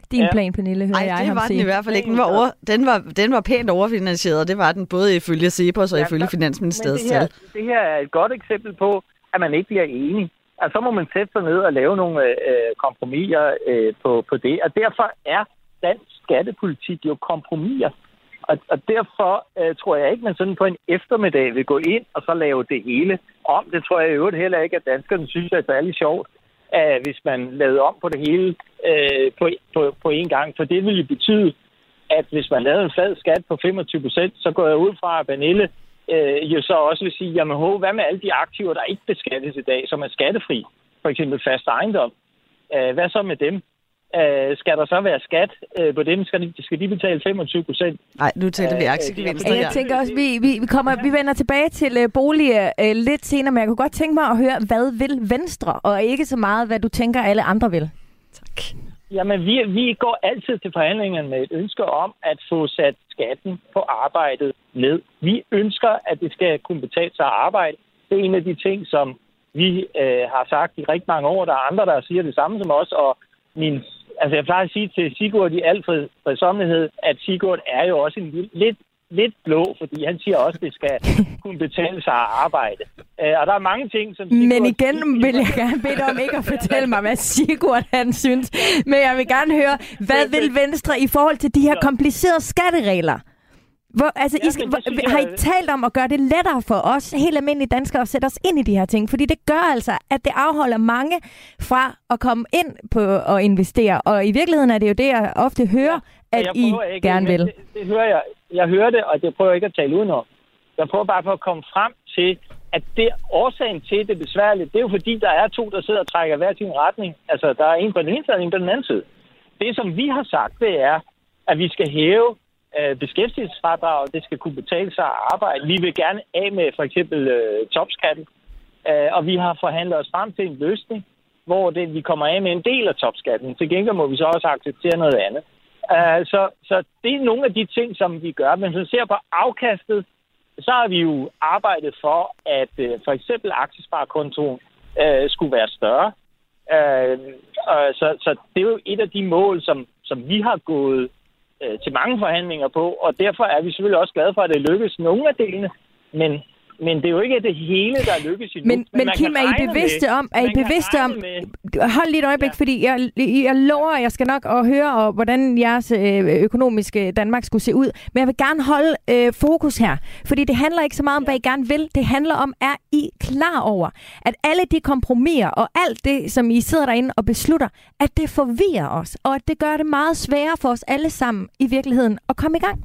din Ja. plan, Pernille, hører Nej, jeg det ham var den sige. i hvert fald ikke. Den var, over, den var, den var pænt overfinansieret, og det var den både ifølge Cepos og Ja, ifølge så- Finansministeriets Men det her, tal. det her er et godt eksempel på, at man ikke bliver enig. Altså, så må man sætte sig ned og lave nogle øh, kompromiser øh, på, på det. Og derfor er dansk skattepolitik jo kompromiser. Og, og derfor øh, tror jeg ikke, man sådan på en eftermiddag vil gå ind og så lave det hele om. Det tror jeg i øvrigt heller ikke, at danskerne synes er særlig sjovt, øh, hvis man lavede om på det hele øh, på, på, på en gang. For det ville jo betyde, at hvis man lavede en flad skat på femogtyve procent, så går jeg ud fra, at Pernille øh, jo så også vil sige, jamen ho, hvad med alle de aktiver, der ikke beskattes i dag, som er skattefri? For eksempel fast ejendom. Øh, hvad så med dem? Øh, skal der så være skat øh, på dem? Skal de, skal de betale femogtyve procent? Nej, nu taler vi Øh, aktiegevinster Ja, her. jeg tænker også, vi, vi, vi, kommer, vi vender tilbage til uh, boliger uh, lidt senere, men jeg kunne godt tænke mig at høre, hvad vil Venstre, og ikke så meget, hvad du tænker, alle andre vil. Tak. Jamen, vi, vi går altid til forhandlingerne med et ønske om at få sat skatten på arbejdet ned. Vi ønsker, at det skal kunne betale sig at arbejde. Det er en af de ting, som vi øh, har sagt i rigtig mange år. Der er andre, der siger det samme som os, og min, altså jeg plejer at sige til Sigurd i al fredsommelighed, at Sigurd er jo også en lille, lidt, lidt blå, fordi han siger også, at det skal kunne betale sig at arbejde. Øh, og der er mange ting, som Sigurd... Men igen vil jeg gerne bede dig om ikke at fortælle mig, hvad Sigurd han synes. Men jeg vil gerne høre, hvad vil Venstre i forhold til de her komplicerede skatteregler? Hvor, altså, Ja, I skal, men det synes hvor, har I jeg- talt om at gøre det lettere for os, helt almindelige danskere, at sætte os ind i de her ting? Fordi det gør altså, at det afholder mange fra at komme ind på at investere. Og i virkeligheden er det jo det, jeg ofte hører, at Jeg I prøver ikke, gerne men vil. Det, det hører jeg. Jeg hører det, og det prøver jeg ikke at tale udenom. Jeg prøver bare på at komme frem til, at det årsagen til det besværligt, det er jo fordi, der er to, der sidder og trækker hver sin retning. Altså, der er en på den ene side, og en på den anden side. Det, som vi har sagt, det er, at vi skal hæve øh, beskæftigelsesfradraget. Det skal kunne betale sig at arbejde. Vi vil gerne af med for eksempel øh, topskatten. Øh, og vi har forhandlet os frem til en løsning, hvor det, vi kommer af med en del af topskatten. Til gengæld må vi så også acceptere noget andet. Uh, så, så det er nogle af de ting, som vi gør. Men hvis man ser på afkastet, så har vi jo arbejdet for, at uh, for eksempel aktiesparekontoen uh, skulle være større. Uh, uh, så, så det er jo et af de mål, som, som vi har gået uh, til mange forhandlinger på, og derfor er vi selvfølgelig også glade for, at det lykkes nogle af delene. Men Men det er jo ikke det hele, der lykkes endnu. Men, men Kim, er I bevidste med, om, er I bevidste om, med, hold lige et øjeblik, ja. fordi jeg, jeg lover, jeg skal nok at høre, og hvordan jeres øh, økonomiske Danmark skulle se ud, men jeg vil gerne holde øh, fokus her, fordi det handler ikke så meget om, hvad I gerne vil, det handler om, er I klar over, at alle de kompromiser, og alt det, som I sidder derinde og beslutter, at det forvirrer os, og at det gør det meget sværere for os alle sammen i virkeligheden at komme i gang?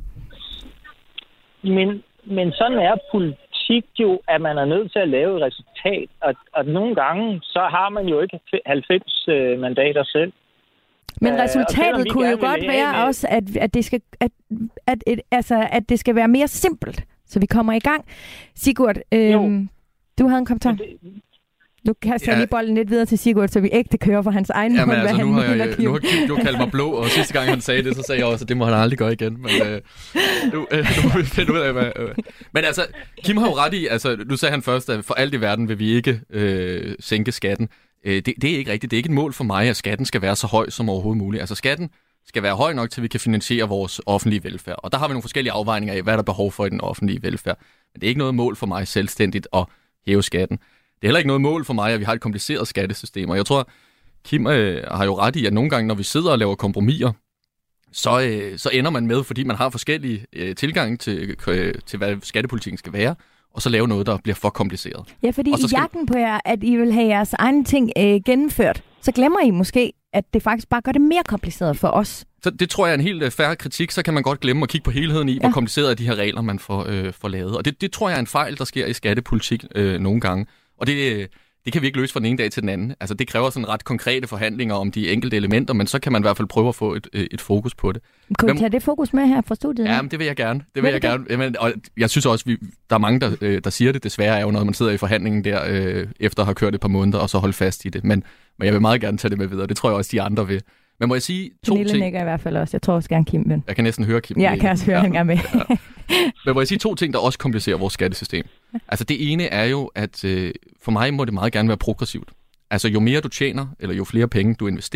Men, men sådan er politik jo, at man er nødt til at lave et resultat, og, og nogle gange, så har man jo ikke halvfems øh, mandater selv. Men Øh, resultatet kunne jo godt være med... også, at, at, det skal, at, at, at, altså, at det skal være mere simpelt, så vi kommer i gang. Sigurd, øhm, du havde en kommentar. Nu kaster jeg Ja. lige bolden lidt videre til Sigurd, så vi ægte kører for hans egen Jamen mund, altså, hvad nu han har, mener, jeg, Kim. nu har Kim jo kaldt mig blå, og sidste gang han sagde det, så sagde jeg også, at det må han aldrig gøre igen. Men øh, nu, øh, nu må vi finde ud af, hvad... Øh. Men altså, Kim har jo ret i, altså, nu sagde han først, at for alt i verden vil vi ikke øh, sænke skatten. Øh, det, det er ikke rigtigt. Det er ikke et mål for mig, at skatten skal være så høj som overhovedet muligt. Altså, skatten skal være høj nok, til vi kan finansiere vores offentlige velfærd. Og der har vi nogle forskellige afvejninger af, hvad der er behov for i den offentlige velfærd. Men det er ikke noget mål for mig selvstændigt at hæve skatten. Det er heller ikke noget mål for mig, at vi har et kompliceret skattesystem. Og jeg tror, Kim øh, har jo ret i, at nogle gange, når vi sidder og laver kompromiser, så, øh, så ender man med, fordi man har forskellige øh, tilgange til, øh, til, hvad skattepolitikken skal være, og så lave noget, der bliver for kompliceret. Ja, fordi i skal... jagten på jer, at I vil have jeres egne ting øh, gennemført, så glemmer I måske, at det faktisk bare gør det mere kompliceret for os. Så det tror jeg er en helt fair kritik, så kan man godt glemme at kigge på helheden i, ja. hvor kompliceret er de her regler, man får, øh, får lavet. Og det, det tror jeg er en fejl, der sker i skattepolitik øh, nogle gange. Og det, det kan vi ikke løse fra den ene dag til den anden. Altså det kræver sådan ret konkrete forhandlinger om de enkelte elementer, men så kan man i hvert fald prøve at få et, et fokus på det. Kan vi tage det fokus med her fra studiet? Ja, men det vil jeg gerne. Det vil jeg gerne. Jamen, og jeg synes også, vi, der er mange, der, der siger det. Desværre er jo, når man sidder i forhandlingen der, øh, efter at have kørt et par måneder, og så holde fast i det. Men, men jeg vil meget gerne tage det med videre. Det tror jeg også, de andre vil. Men må jeg sige to Pernille ting? nikker i hvert fald også. Jeg tror også gerne Kim vil. Jeg kan næsten høre Kim. Ja, jeg kan også høre, ja. Han gerne med. Ja. Men må jeg sige to ting, der også komplicerer vores skattesystem? Altså det ene er jo, at øh, for mig må det meget gerne være progressivt. Altså jo mere du tjener, eller jo flere penge du investerer,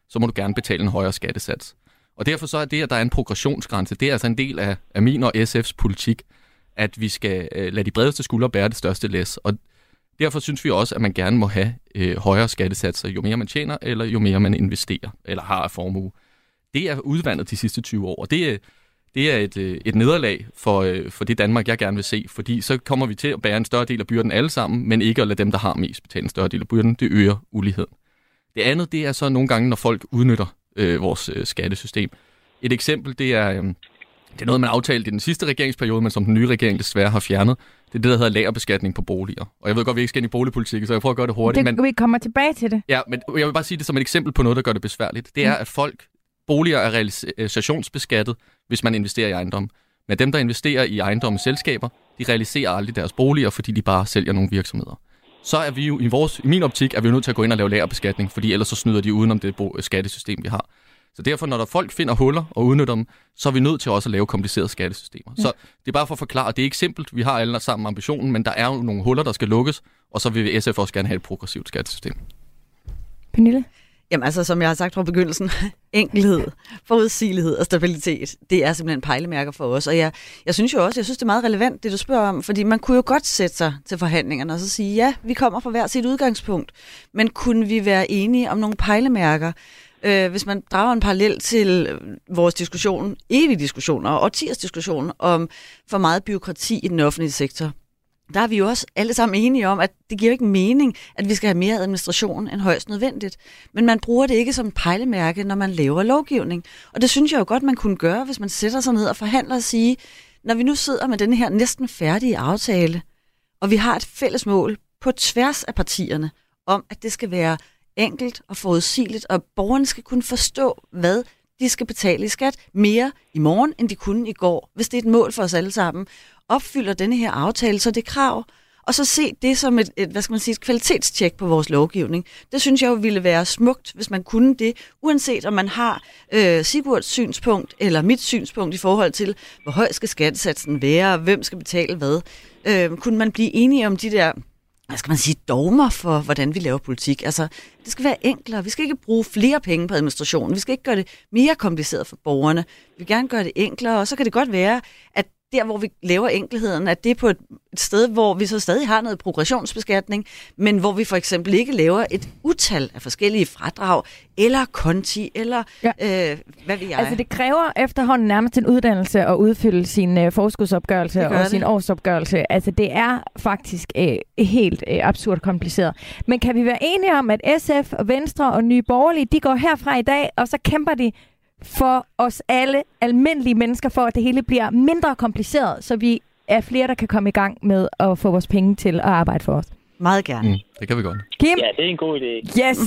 så må du gerne betale en højere skattesats. Og derfor så er det, at der er en progressionsgrænse, det er altså en del af, af min og S F's politik, at vi skal øh, lade de bredeste skuldre bære det største læs. Og derfor synes vi også, at man gerne må have øh, højere skattesatser, jo mere man tjener, eller jo mere man investerer, eller har af formue. Det er udvandet de sidste tyve år, og det er, det er et, et nederlag for, for det Danmark, jeg gerne vil se, fordi så kommer vi til at bære en større del af byrden alle sammen, men ikke at lade dem, der har mest, betale en større del af byrden. Det øger uligheden. Det andet, det er så nogle gange, når folk udnytter øh, vores øh, skattesystem. Et eksempel, det er, øh, det er noget, man aftalte i den sidste regeringsperiode, men som den nye regering desværre har fjernet. Det er det, der hedder lagerbeskatning på boliger. Og jeg ved godt, vi ikke skal ind i boligpolitik, så jeg prøver at gøre det hurtigt. Det, men, vi kommer tilbage til det. Ja, men jeg vil bare sige det som et eksempel på noget, der gør det besværligt. Det er, at folk, boliger er realisationsbeskattet, hvis man investerer i ejendom. Men dem, der investerer i ejendomme selskaber, de realiserer aldrig deres boliger, fordi de bare sælger nogle virksomheder. Så er vi jo i, vores, i min optik, er vi jo nødt til at gå ind og lave lagerbeskatning, fordi ellers så snyder de udenom det skattesystem, vi har. Så derfor, når der folk finder huller og udnytter dem, så er vi nødt til også at lave komplicerede skattesystemer. Ja. Så det er bare for at forklare, det er ikke simpelt. Vi har alle sammen ambitionen, men der er jo nogle huller, der skal lukkes, og så vil S F også gerne have et progressivt skattesystem. Pernille? Jamen altså, som jeg har sagt fra begyndelsen, enkelhed, forudsigelighed og stabilitet, det er simpelthen pejlemærker for os. Og jeg, jeg synes jo også, jeg synes det er meget relevant, det du spørger om, fordi man kunne jo godt sætte sig til forhandlingerne og så sige, ja, vi kommer fra hver sit udgangspunkt, men kunne vi være enige om nogle pejlemærker? Øh, hvis man drager en parallel til vores diskussion, evige diskussioner og årtiers diskussion om for meget byråkrati i den offentlige sektor, der er vi jo også alle sammen enige om, at det giver ikke mening, at vi skal have mere administration end højst nødvendigt. Men man bruger det ikke som pejlemærke, når man laver lovgivning. Og det synes jeg jo godt, man kunne gøre, hvis man sætter sig ned og forhandler og sige, når vi nu sidder med denne her næsten færdige aftale, og vi har et fælles mål på tværs af partierne, om at det skal være enkelt og forudsigeligt, og borgerne skal kunne forstå, hvad de skal betale i skat mere i morgen, end de kunne i går, hvis det er et mål for os alle sammen. Opfylder denne her aftale så det krav, og så se det som et, et, hvad skal man sige, et kvalitetstjek på vores lovgivning. Det synes jeg jo ville være smukt, hvis man kunne det, uanset om man har øh, Sigurds synspunkt eller mit synspunkt i forhold til, hvor høj skal skattesatsen være, hvem skal betale hvad. Øh, kunne man blive enige om de der, hvad skal man sige, dogmer for, hvordan vi laver politik. Altså, det skal være enklere. Vi skal ikke bruge flere penge på administrationen. Vi skal ikke gøre det mere kompliceret for borgerne. Vi vil gerne gøre det enklere, og så kan det godt være, at der, hvor vi laver enkelheden, at det er på et sted, hvor vi så stadig har noget progressionsbeskatning, men hvor vi for eksempel ikke laver et utal af forskellige fradrag, eller konti, eller ja. øh, hvad ved jeg. Altså det kræver efterhånden nærmest en uddannelse at udfylde sin øh, forskudsopgørelse og det. sin årsopgørelse. Altså det er faktisk øh, helt øh, absurd kompliceret. Men kan vi være enige om, at S F og Venstre og Nye Borgerlige, de går herfra i dag, og så kæmper de for os alle almindelige mennesker, for at det hele bliver mindre kompliceret, så vi er flere, der kan komme i gang med at få vores penge til at arbejde for os? Meget gerne. Mm, det kan vi godt. Kim? Ja, det er en god idé. Yes!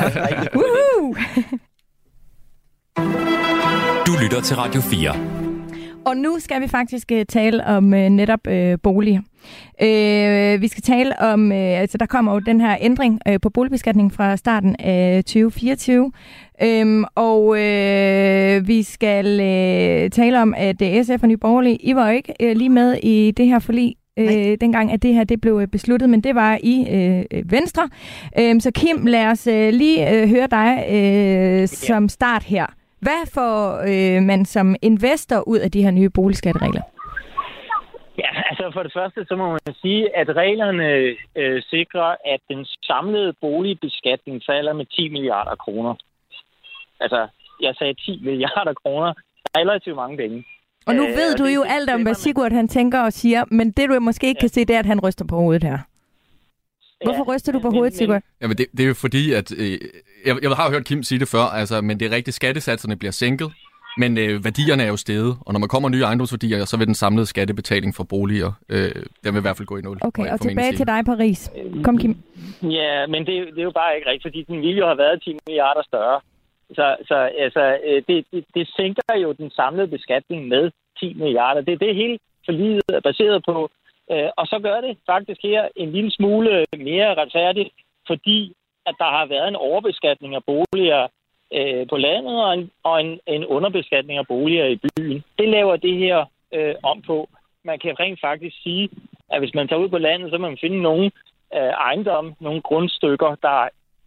Woohoo! Du lytter til Radio fire. Og nu skal vi faktisk uh, tale om uh, netop uh, boliger. Uh, vi skal tale om, uh, altså der kommer jo den her ændring uh, på boligbeskatning fra starten af tyve fireogtyve. Um, og uh, vi skal uh, tale om, at uh, S F og Nye Borgerlige, I var ikke uh, lige med i det her forlig, uh, dengang at det her det blev besluttet, men det var i uh, Venstre. Um, så Kim, lad os uh, lige uh, høre dig uh, som start her. Hvad får øh, man som investor ud af de her nye boligskatteregler? Ja, altså for det første, så må man sige, at reglerne øh, sikrer, at den samlede boligbeskatning falder med ti milliarder kroner. Altså, jeg sagde ti milliarder kroner. Det er relativt mange penge. Og nu ved øh, du jo alt om, hvad Sigurd han tænker og siger, men det du måske ikke ja. kan se, det er, at han ryster på hovedet her. Hvorfor ryster du på hovedet, Sigurd? Jamen det, det er jo fordi, at øh, jeg, jeg har jo hørt Kim sige det før, altså, men det er rigtigt, skattesatserne bliver sænket, men øh, værdierne er jo steget, og når man kommer nye ejendomsværdier, så vil den samlede skattebetaling for boliger, øh, den vil i hvert fald gå i nul. Okay, og, og tilbage til dig, Paris. Kom, Kim. Ja, men det, det er jo bare ikke rigtigt, fordi den ville jo have været ti milliarder større. Så, så altså, det, det, det sænker jo den samlede beskatning med ti milliarder. Det er det hele forliget er baseret på. Og så gør det faktisk her en lille smule mere retfærdigt, fordi at der har været en overbeskatning af boliger øh, på landet og, en, og en, en underbeskatning af boliger i byen. Det laver det her øh, om på. Man kan rent faktisk sige, at hvis man tager ud på landet, så må man finde nogle øh, ejendomme, nogle grundstykker, der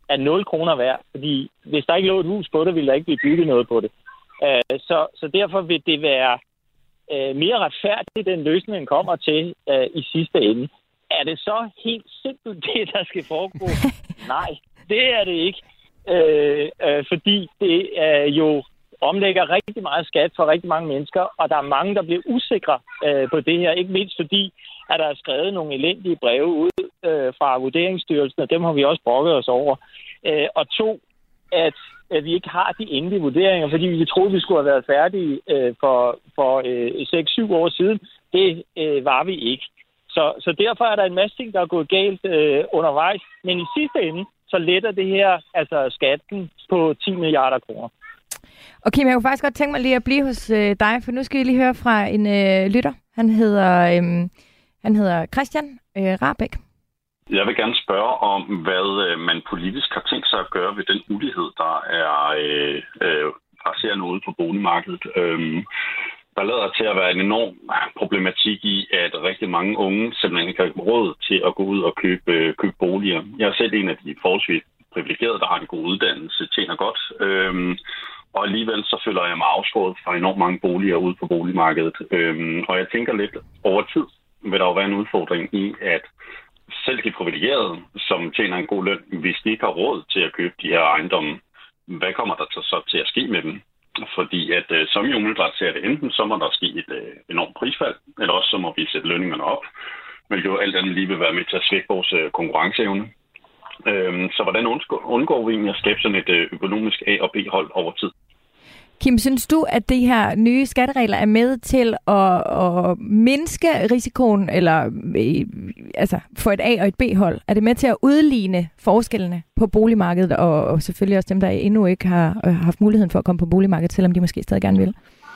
er nul kroner værd, fordi hvis der ikke lå et hus på det, ville der ikke blive bygget noget på det. Uh, så, så derfor vil det være uh, mere retfærdigt, den løsning kommer til uh, i sidste ende. Er det så helt simpelt det, der skal foregå? Nej, det er det ikke. Uh, uh, fordi det uh, jo omlægger rigtig meget skat for rigtig mange mennesker, og der er mange, der bliver usikre uh, på det her. Ikke mindst fordi, at der er skrevet nogle elendige breve ud uh, fra Vurderingsstyrelsen, og dem har vi også brokket os over. Uh, og to, at, at vi ikke har de endelige vurderinger, fordi vi troede, vi skulle have været færdige uh, for, for uh, seks syv år siden. Det uh, var vi ikke. Så, så derfor er der en masse ting, der er gået galt uh, undervejs. Men i sidste ende, så letter det her altså skatten på ti milliarder kroner. Og Kim, jeg kunne faktisk godt tænke mig lige at blive hos øh, dig, for nu skal vi lige høre fra en øh, lytter. Han hedder, øh, han hedder Christian øh, Rahbæk. Jeg vil gerne spørge om, hvad øh, man politisk har tænkt sig at gøre ved den ulighed, der er øh, øh, passerende ude på boligmarkedet. Øh, der lader til at være en enorm problematik i, at rigtig mange unge simpelthen ikke har råd til at gå ud og købe, øh, købe boliger. Jeg er selv en af de forholdsvis privilegerede, der har en god uddannelse, tjener godt. Øh, Og alligevel så føler jeg mig afskåret fra enormt mange boliger ude på boligmarkedet. Øhm, og jeg tænker lidt over tid, vil der jo være en udfordring i, at selv de privilegerede, som tjener en god løn, hvis de ikke har råd til at købe de her ejendomme, hvad kommer der så til at ske med dem? Fordi at øh, som jo umiddelbart ser det, enten så må der ske et øh, enormt prisfald, eller også så må vi sætte lønningerne op, hvilket jo alt andet lige vil være med til at svække vores øh, konkurrenceevne. Øhm, så hvordan undgår vi egentlig at skabe sådan et øh, økonomisk A- og B-hold over tid? Kim, synes du, at de her nye skatteregler er med til at, at mindske risikoen, eller altså få et A- og et B-hold? Er det med til at udligne forskellene på boligmarkedet, og, og selvfølgelig også dem, der endnu ikke har haft muligheden for at komme på boligmarkedet, selvom de måske stadig gerne vil?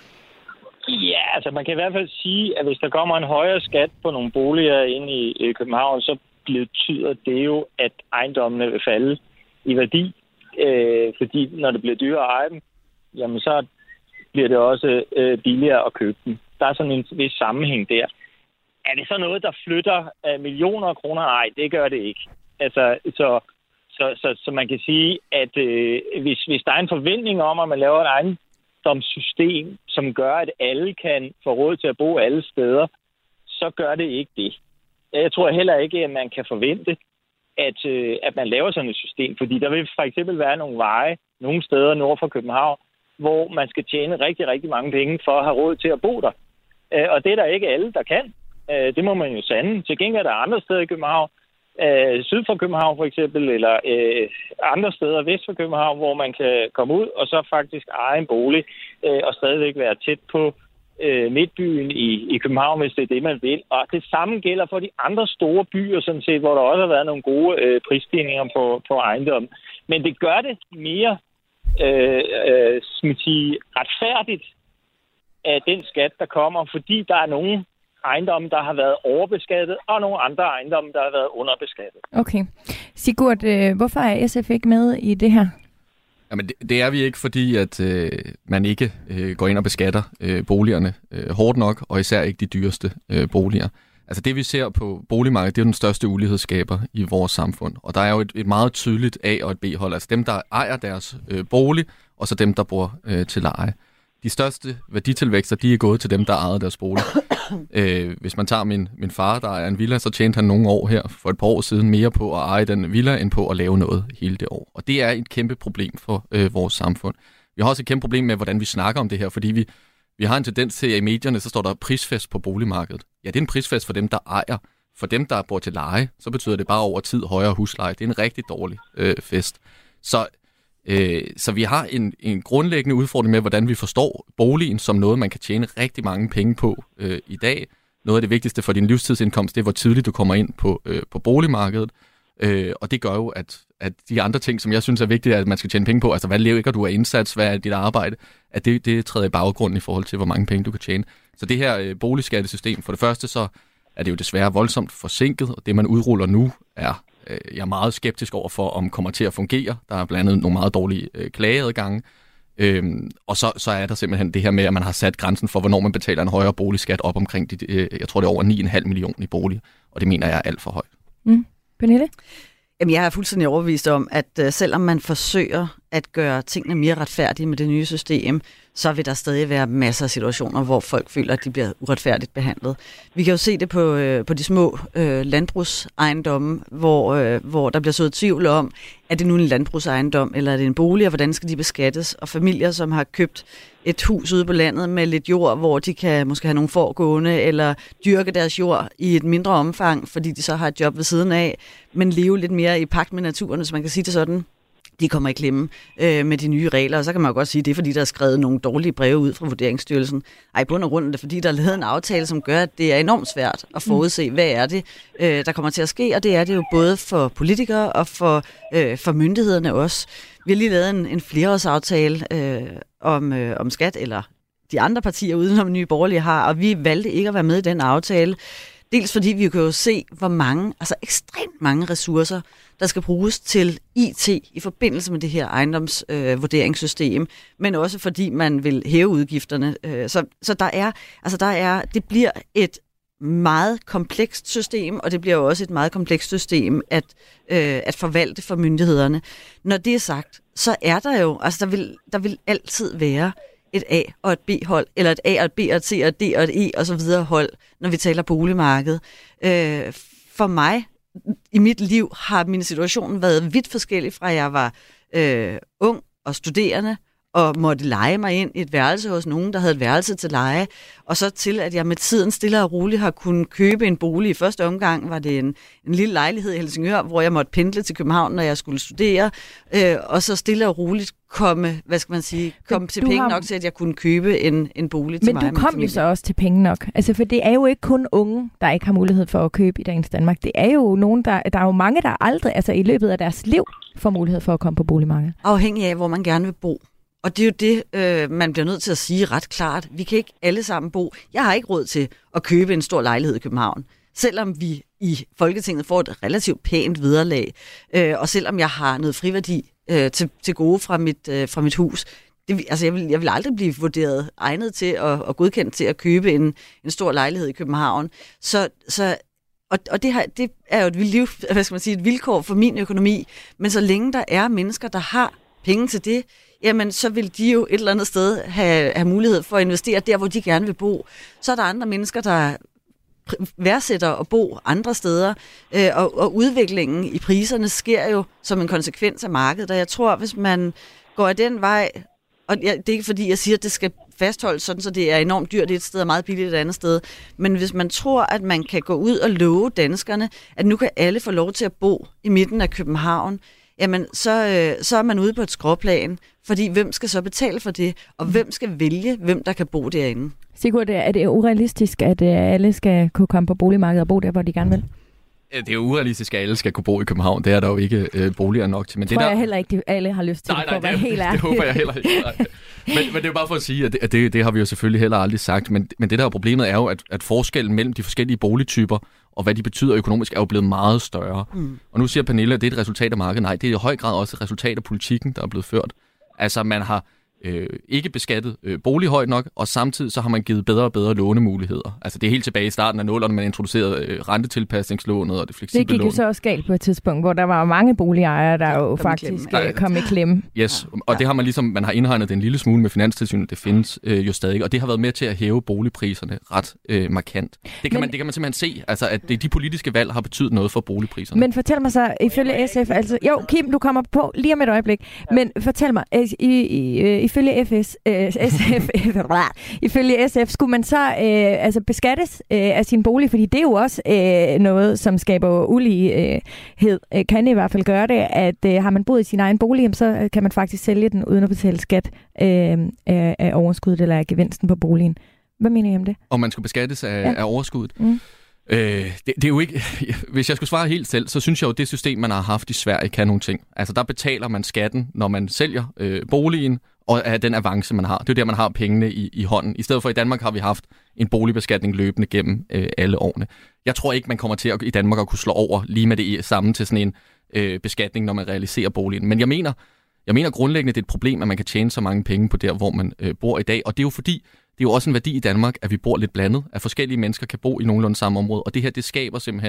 Ja, altså man kan i hvert fald sige, at hvis der kommer en højere skat på nogle boliger inde i, i København, så betyder det jo, at ejendommene vil falde i værdi, øh, fordi når det bliver dyrere at eje dem, jamen så bliver det også øh, billigere at købe dem. Der er sådan en vis sammenhæng der. Er det så noget, der flytter øh, millioner af kroner? Nej, det gør det ikke. Altså, så, så, så, så man kan sige, at øh, hvis, hvis der er en forventning om, at man laver et ejendomssystem, som gør, at alle kan få råd til at bo alle steder, så gør det ikke det. Jeg tror heller ikke, at man kan forvente, at, øh, at man laver sådan et system, fordi der vil for eksempel være nogle veje, nogle steder nord for København, hvor man skal tjene rigtig, rigtig mange penge for at have råd til at bo der. Øh, og det er der ikke alle, der kan. Øh, det må man jo sande. Til gengæld er der andre steder i København, øh, syd for København for eksempel, eller øh, andre steder vest for København, hvor man kan komme ud og så faktisk eje en bolig øh, og stadigvæk være tæt på øh, midtbyen i, i København, hvis det er det, man vil. Og det samme gælder for de andre store byer, sådan set, hvor der også har været nogle gode øh, prisstigninger på, på ejendommen. Men det gør det mere øh, øh, sige, retfærdigt af den skat, der kommer, fordi der er nogle ejendomme, der har været overbeskattet, og nogle andre ejendomme, der har været underbeskattet. Okay. Sigurd, øh, hvorfor er S F ikke med i det her? Jamen det, det er vi ikke, fordi at øh, man ikke øh, går ind og beskatter øh, boligerne øh, hårdt nok, og især ikke de dyreste øh, boliger. Altså det vi ser på boligmarkedet, det er jo den største ulighedsskaber i vores samfund. Og der er jo et, et meget tydeligt A- og et B-hold. Altså dem, der ejer deres øh, bolig, og så dem, der bor øh, til leje. De største værditilvækster, de er gået til dem, der ejede deres bolig. øh, hvis man tager min, min far, der ejer en villa, så tjente han nogle år her for et par år siden mere på at eje den villa, end på at lave noget hele det år. Og det er et kæmpe problem for øh, vores samfund. Vi har også et kæmpe problem med, hvordan vi snakker om det her, fordi vi, vi har en tendens til, at i medierne, så står der prisfest på boligmarkedet. Ja, det er en prisfest for dem, der ejer. For dem, der bor til leje, så betyder det bare over tid højere husleje. Det er en rigtig dårlig øh, fest. Så Øh, så vi har en, en grundlæggende udfordring med, hvordan vi forstår boligen som noget, man kan tjene rigtig mange penge på øh, i dag. Noget af det vigtigste for din livstidsindkomst, det er, hvor tidligt du kommer ind på, øh, på boligmarkedet. Øh, og det gør jo, at, at de andre ting, som jeg synes er vigtige, at man skal tjene penge på, altså hvad lever du af indsats, hvad er dit arbejde, at det, det træder i baggrunden i forhold til, hvor mange penge du kan tjene. Så det her øh, boligskattesystem, for det første, så er det jo desværre voldsomt forsinket, og det man udruller nu er... Jeg er meget skeptisk over for, om det kommer til at fungere. Der er blandt andet nogle meget dårlige øh, klageadgange. Øhm, og så, så er der simpelthen det her med, at man har sat grænsen for, hvornår man betaler en højere boligskat op omkring, de, øh, jeg tror det er over ni komma fem millioner i bolig. Og det mener jeg er alt for højt. Mm. Pernille? Jamen, jeg er fuldstændig overbevist om, at uh, selvom man forsøger at gøre tingene mere retfærdige med det nye system, så vil der stadig være masser af situationer, hvor folk føler, at de bliver uretfærdigt behandlet. Vi kan jo se det på, øh, på de små øh, landbrugsejendomme, hvor, øh, hvor der bliver sået tvivl om, er det nu en landbrugsejendom, eller er det en bolig, og hvordan skal de beskattes? Og familier, som har købt et hus ude på landet med lidt jord, hvor de kan måske have nogle får gående, eller dyrke deres jord i et mindre omfang, fordi de så har et job ved siden af, men leve lidt mere i pagt med naturen, så man kan sige det sådan. De kommer i klemme øh, med de nye regler, og så kan man jo godt sige, at det er fordi, der er skrevet nogle dårlige breve ud fra Vurderingsstyrelsen. Ej, i bund og grund er det fordi, der er lavet en aftale, som gør, at det er enormt svært at forudse, hvad er det, øh, der kommer til at ske, og det er det jo både for politikere og for, øh, for myndighederne også. Vi har lige lavet en, en flereårsaftale øh, om, øh, om skat, eller de andre partier udenom Nye Borgerlige har, og vi valgte ikke at være med i den aftale. Dels fordi vi kan jo se, hvor mange, altså ekstremt mange ressourcer, der skal bruges til I T i forbindelse med det her ejendomsvurderingssystem, øh, men også fordi man vil hæve udgifterne. Øh, så så der er, altså der er, det bliver et meget komplekst system, og det bliver jo også et meget komplekst system at, øh, at forvalte for myndighederne. Når det er sagt, så er der jo, altså der vil, der vil altid være et A og et B-hold, eller et A og et B og et C og et D og et E og så videre hold, når vi taler boligmarked. Øh, for mig, i mit liv, har min situation været vidt forskellig fra, jeg var øh, ung og studerende, og måtte leje mig ind i et værelse hos nogen, der havde et værelse til leje, og så til, at jeg med tiden stille og roligt har kunnet købe en bolig. I første omgang var det en, en lille lejlighed i Helsingør, hvor jeg måtte pendle til København, når jeg skulle studere, øh, og så stille og roligt komme, hvad skal man sige, komme til penge har... nok til, at jeg kunne købe en, en bolig til Men mig. Men du kom jo så også til penge nok. Altså, for det er jo ikke kun unge, der ikke har mulighed for at købe i dagens Danmark. Det er jo nogen, der, der er jo mange, der aldrig, altså i løbet af deres liv, får mulighed for at komme på boligmarkedet. Afhængig af, hvor man gerne vil bo. Og det er jo det, øh, man bliver nødt til at sige ret klart. Vi kan ikke alle sammen bo. Jeg har ikke råd til at købe en stor lejlighed i København, selvom vi i Folketinget får et relativt pænt vederlag, øh, og selvom jeg har noget friværdi øh, til, til gode fra mit, øh, fra mit hus. Det, altså jeg, vil, jeg vil aldrig blive vurderet egnet til at, og godkendt til at købe en, en stor lejlighed i København. Så, så Og, og det, her, det er jo et, liv, hvad skal man sige, et vilkår for min økonomi, men så længe der er mennesker, der har penge til det, jamen så vil de jo et eller andet sted have, have mulighed for at investere der, hvor de gerne vil bo. Så er der andre mennesker, der værdsætter at bo andre steder, øh, og, og udviklingen i priserne sker jo som en konsekvens af markedet, og jeg tror, hvis man går ad den vej, og jeg, det er ikke fordi, jeg siger, at det skal fastholdes sådan, så det er enormt dyrt et sted og meget billigt et andet sted, men hvis man tror, at man kan gå ud og love danskerne, at nu kan alle få lov til at bo i midten af København, jamen så, øh, så er man ude på et skråplan, fordi hvem skal så betale for det, og hvem skal vælge, hvem der kan bo derinde? Sigurd, er det urealistisk, at alle skal kunne komme på boligmarkedet og bo der, hvor de gerne vil? Det er jo urealistisk, at alle skal kunne bo i København. Det er der jo ikke øh, boliger nok til. Men tror det der... jeg heller ikke, at alle har lyst til nej, det, nej, for at være helt ærlig. Det håber jeg heller ikke. men, men det er jo bare for at sige, at det, at det, det har vi jo selvfølgelig heller aldrig sagt. Men, men det der er problemet er jo, at, at forskellen mellem de forskellige boligtyper og hvad de betyder økonomisk, er jo blevet meget større. Mm. Og nu siger Pernille, at det er et resultat af markedet. Nej, det er i høj grad også et resultat af politikken, der er blevet ført. Altså, man har øh, ikke beskattet øh, bolig højt nok, og samtidig så har man givet bedre og bedre lånemuligheder. Altså, det er helt tilbage i starten af nullerne, man introducerede øh, rentetilpasningslånet og det fleksible lån. Det gik jo så også galt på et tidspunkt, hvor der var mange boligejere, der jo kom faktisk i kom i klemme. Yes, og ja. Det har man ligesom, man har indhegnet en lille smule med Finanstilsynet, det findes øh, jo stadig, og det har været med til at hæve boligpriserne ret øh, markant. Det kan, men, man, det kan man simpelthen se, altså, at det, de politiske valg har betydet noget for boligpriserne. Men fortæl mig så, ifølge S F, altså, jo, Kim, du kommer på lige om et øjeblik, ja. Men fortæl mig, i, i, i, ifølge F S, øh, S F, ifølge S F, skulle man så øh, altså beskattes øh, af sin bolig, fordi det er jo også øh, noget, som skaber ulighed, øh, kan i hvert fald gøre det, at øh, har man boet i sin egen bolig, så kan man faktisk sælge den uden at betale skat øh, af, af overskuddet eller af gevinsten på boligen. Hvad mener I om det? Om man skulle beskattes af, ja. af overskuddet? Mm. Øh, det, det er jo ikke... Hvis jeg skulle svare helt selv, så synes jeg jo, at det system, man har haft i Sverige, kan nogle ting. Altså, der betaler man skatten, når man sælger øh, boligen, og af den avance, man har. Det er jo der, man har pengene i, i hånden. I stedet for i Danmark har vi haft en boligbeskatning løbende gennem øh, alle årene. Jeg tror ikke, man kommer til at, i Danmark at kunne slå over lige med det samme til sådan en øh, beskatning, når man realiserer boligen. Men jeg mener, jeg mener grundlæggende, det er et problem, at man kan tjene så mange penge på der, hvor man øh, bor i dag. Og det er jo fordi, det er jo også en værdi i Danmark, at vi bor lidt blandet, at forskellige mennesker kan bo i nogenlunde samme område. Og det her, det skaber simpelthen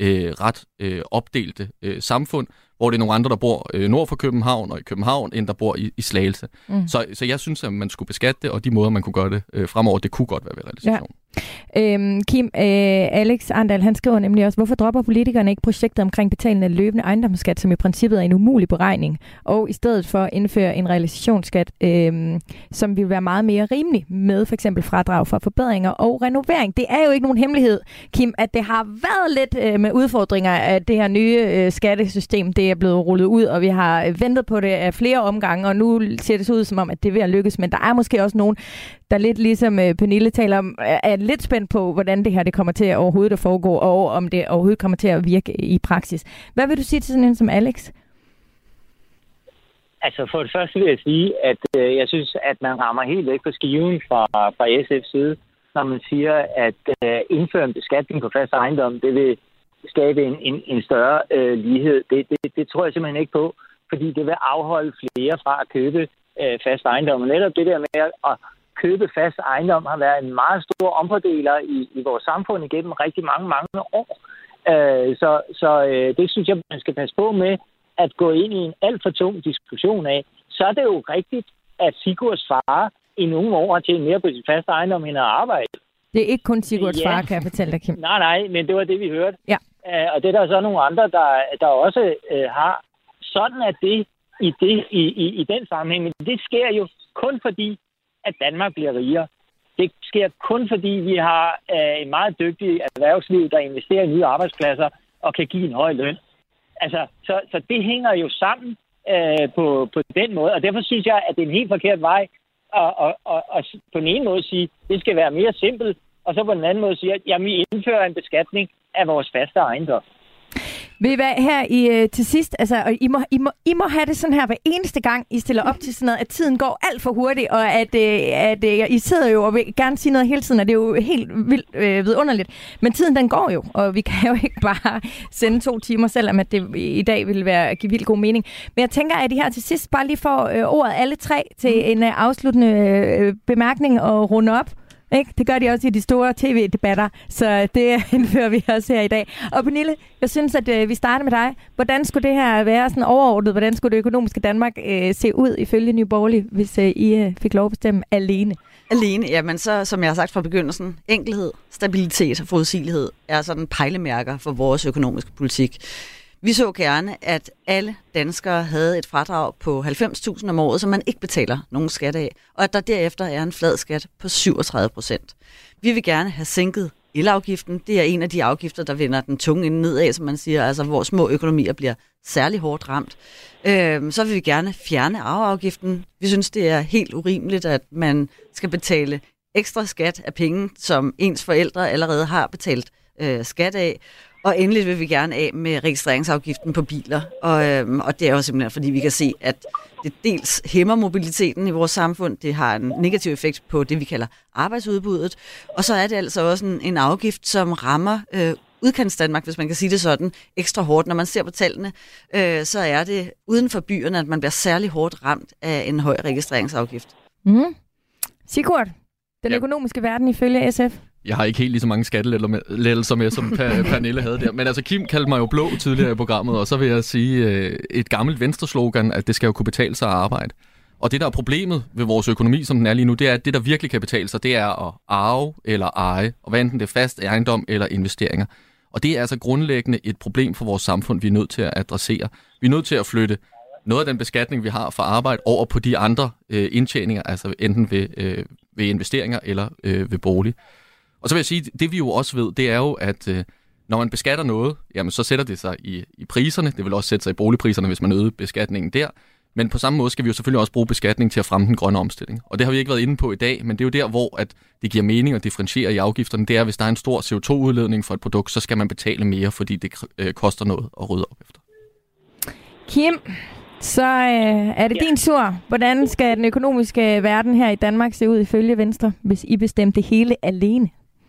øh, ret øh, opdelte øh, samfund, hvor det er nogle andre, der bor øh, nord for København og i København, end der bor i, i Slagelse. Mm. Så, så jeg synes, at man skulle beskatte det, og de måder, man kunne gøre det øh, fremover, det kunne godt være ved realisation. Ja. Øhm, Kim, øh, Alex Arndal, han skriver nemlig også, hvorfor dropper politikerne ikke projektet omkring betalende løbende ejendomsskat, som i princippet er en umulig beregning, og i stedet for indføre en realisationsskat, øh, som vil være meget mere rimelig med for eksempel fradrag for forbedringer og renovering. Det er jo ikke nogen hemmelighed, Kim, at det har været lidt øh, med udfordringer af det her nye øh, skattesystem. Det er blevet rullet ud, og vi har ventet på det af flere omgange, og nu ser det så ud som om, at det er ved at lykkes, men der er måske også nogen, der lidt ligesom øh, Pernille taler om, er lidt spændt på, hvordan det her det kommer til at overhovedet at foregå, og om det overhovedet kommer til at virke i praksis. Hvad vil du sige til sådan en som Alex? Altså for det første vil jeg sige, at øh, jeg synes, at man rammer helt væk på skiven fra, fra S F's side, når man siger, at øh, indføre en beskatning på fast ejendom, det vil skabe en, en, en større øh, lighed. Det, det, det tror jeg simpelthen ikke på, fordi det vil afholde flere fra at købe øh, fast ejendom. Og netop det der med at købe fast ejendom har været en meget stor omfordeler i, i vores samfund igennem rigtig mange, mange år. Øh, så så øh, det synes jeg, man skal passe på med at gå ind i en alt for tung diskussion af. Så er det jo rigtigt, at Sigurds far i nogle år har tjent mere på sit faste ejendom end at arbejde. Det er ikke kun Sigurds ja. far, kan jeg fortælle dig, Kim. Nej, nej, men det var det, vi hørte. Ja. Uh, og det er der så nogle andre, der, der også uh, har. Sådan er det i, det i, i, i den sammenhæng. Men det sker jo kun fordi, at Danmark bliver rigere. Det sker kun fordi, vi har uh, en meget dygtig erhvervsliv, der investerer i nye arbejdspladser og kan give en høj løn. Altså, så, så det hænger jo sammen uh, på, på den måde. Og derfor synes jeg, at det er en helt forkert vej at, at, at, at på den ene måde sige, at det skal være mere simpelt, og så på den anden måde sige, at jamen, vi indfører en beskatning af vores faste ejendom. Ved I hvad, her i, til sidst, altså, og I, må, I, må, I må have det sådan her hver eneste gang, I stiller op til sådan noget, at tiden går alt for hurtigt, og at, at, at I sidder jo og vil gerne sige noget hele tiden, og det er jo helt vildt øh, vidunderligt. Men tiden den går jo, og vi kan jo ikke bare sende to timer, selvom at det i dag ville være give vildt god mening. Men jeg tænker, at I her til sidst bare lige får øh, ordet alle tre til en øh, afsluttende øh, bemærkning og runde op. Ikke? Det gør de også i de store tv-debatter, så det indfører vi også her i dag. Og Pernille, jeg synes, at øh, vi starter med dig. Hvordan skulle det her være sådan overordnet? Hvordan skulle det økonomiske Danmark øh, se ud ifølge Nye Borgerlige, hvis øh, I øh, fik lov at bestemme alene? Alene? Jamen så, som jeg har sagt fra begyndelsen, enkelhed, stabilitet og forudsigelighed er sådan pejlemærker for vores økonomiske politik. Vi så gerne, at alle danskere havde et fradrag på halvfems tusind om året, som man ikke betaler nogen skat af, og at der derefter er en flad skat på syvogtredive procent. Vi vil gerne have sænket elafgiften. Det er en af de afgifter, der vender den tunge ende nedad, som man siger, altså hvor små økonomier bliver særlig hårdt ramt. Øhm, så vil vi gerne fjerne arveafgiften. Vi synes, det er helt urimeligt, at man skal betale ekstra skat af penge, som ens forældre allerede har betalt øh, skat af. Og endelig vil vi gerne af med registreringsafgiften på biler. Og, øhm, og det er jo simpelthen, fordi vi kan se, at det dels hæmmer mobiliteten i vores samfund. Det har en negativ effekt på det, vi kalder arbejdsudbuddet. Og så er det altså også en, en afgift, som rammer øh, udkantsdanmark, hvis man kan sige det sådan, ekstra hårdt. Når man ser på tallene, øh, så er det uden for byerne, at man bliver særlig hårdt ramt af en høj registreringsafgift. Mm. Sigurd, den ja. økonomiske verden ifølge S F? Jeg har ikke helt lige så mange skattelettelser med, som Pernille havde der. Men altså, Kim kaldte mig jo blå tidligere i programmet, og så vil jeg sige øh, et gammelt Venstre-slogan, at det skal jo kunne betale sig at arbejde. Og det, der er problemet ved vores økonomi, som den er lige nu, det er, at det, der virkelig kan betale sig, det er at arve eller eje, og hvad enten det er fast ejendom eller investeringer. Og det er altså grundlæggende et problem for vores samfund, vi er nødt til at adressere. Vi er nødt til at flytte noget af den beskatning, vi har for arbejde, over på de andre øh, indtjeninger, altså enten ved, øh, ved investeringer eller øh, ved bolig. Og så vil jeg sige, det vi jo også ved, det er jo, at øh, når man beskatter noget, jamen så sætter det sig i, i priserne. Det vil også sætte sig i boligpriserne, hvis man øger beskatningen der. Men på samme måde skal vi jo selvfølgelig også bruge beskatning til at fremme den grønne omstilling. Og det har vi ikke været inde på i dag, men det er jo der, hvor at det giver mening at differentiere i afgifterne. Det er, hvis der er en stor C O to udledning for et produkt, så skal man betale mere, fordi det øh, koster noget at rydde op efter. Kim, så øh, er det ja. din tur. Hvordan skal den økonomiske verden her i Danmark se ud ifølge Venstre, hvis I bestemte det hele alene?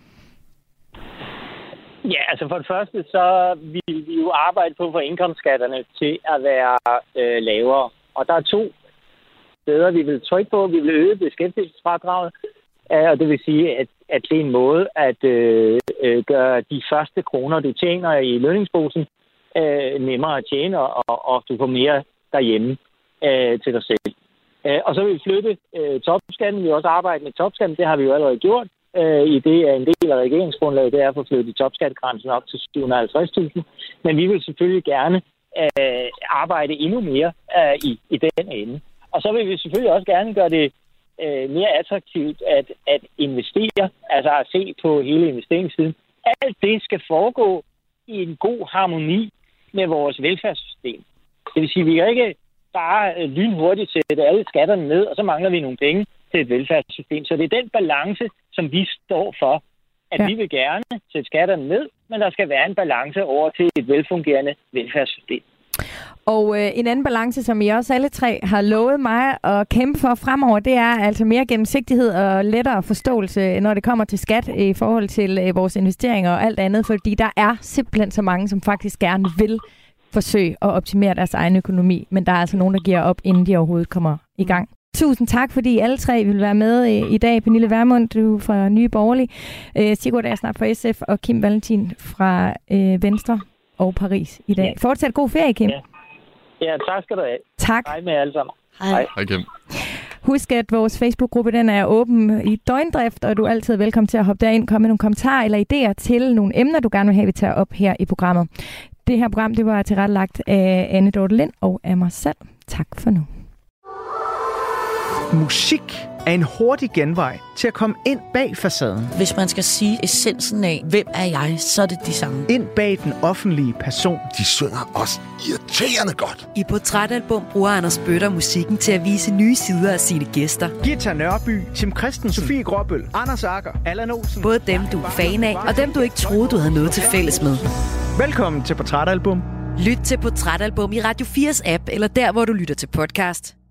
Ja, altså for det første, så vil vi jo arbejde på at få indkomstskatterne til at være øh, lavere. Og der er to steder, vi vil trykke på. Vi vil øge beskæftigelsesfradraget, øh, og det vil sige, at, at det er en måde at øh, øh, gøre de første kroner, du tjener i lønningsposen, øh, nemmere at tjene, og, og du får mere derhjemme øh, til dig selv. Øh, og så vil vi flytte øh, topskatten. Vi vil også arbejde med topskatten. Det har vi jo allerede gjort. Øh, I det er en del af regeringsgrundlaget, det er at få flyttet topskattegrænsen op til syv hundrede og halvtreds tusind. Men vi vil selvfølgelig gerne øh, arbejde endnu mere øh, i, i den ende. Og så vil vi selvfølgelig også gerne gøre det øh, mere attraktivt at, at investere, altså at se på hele investeringssiden. Alt det skal foregå i en god harmoni med vores velfærdssystem. Det vil sige, at vi kan ikke bare lynhurtigt sætte alle skatterne ned, og så mangler vi nogle penge til et velfærdssystem. Så det er den balance, som vi står for, at ja. vi vil gerne sætte skatterne ned, men der skal være en balance over til et velfungerende velfærdssystem. Og øh, en anden balance, som I også alle tre har lovet mig at kæmpe for fremover, det er altså mere gennemsigtighed og lettere forståelse, når det kommer til skat i forhold til øh, vores investeringer og alt andet, fordi der er simpelthen så mange, som faktisk gerne vil forsøge at optimere deres egen økonomi, men der er altså nogen, der giver op, inden de overhovedet kommer i gang. Tusind tak, fordi alle tre vil være med i dag. Pernille Vermund, du fra Nye Borgerlige, Sigurd Agersnap fra S F og Kim Valentin fra øh, Venstre og Paris i dag. Ja. Fortsat god ferie, Kim. Ja. ja, tak skal du have. Tak. Hej med alle sammen. Hej. Hej, Kim. Husk, at vores Facebook-gruppe den er åben i døgndrift, og du er altid velkommen til at hoppe derind, komme med nogle kommentarer eller idéer til nogle emner, du gerne vil have, vi tager op her i programmet. Det her program, det var tilrettelagt af Anne Dorte Lind og af mig selv. Tak for nu. Musik er en hurtig genvej til at komme ind bag facaden. Hvis man skal sige essensen af, hvem er jeg, så er det de samme. Ind bag den offentlige person. De synger også irriterende godt. I Portrætalbum bruger Anders Bøtter musikken til at vise nye sider af sine gæster. Gita Nørby, Tim Christensen, Sofie Gråbøl, Anders Agger, Allan Olsen. Både dem, du er fan af, og dem, du ikke troede, du havde noget til fælles med. Velkommen til Portrætalbum. Lyt til Portrætalbum i Radio fires app, eller der, hvor du lytter til podcast.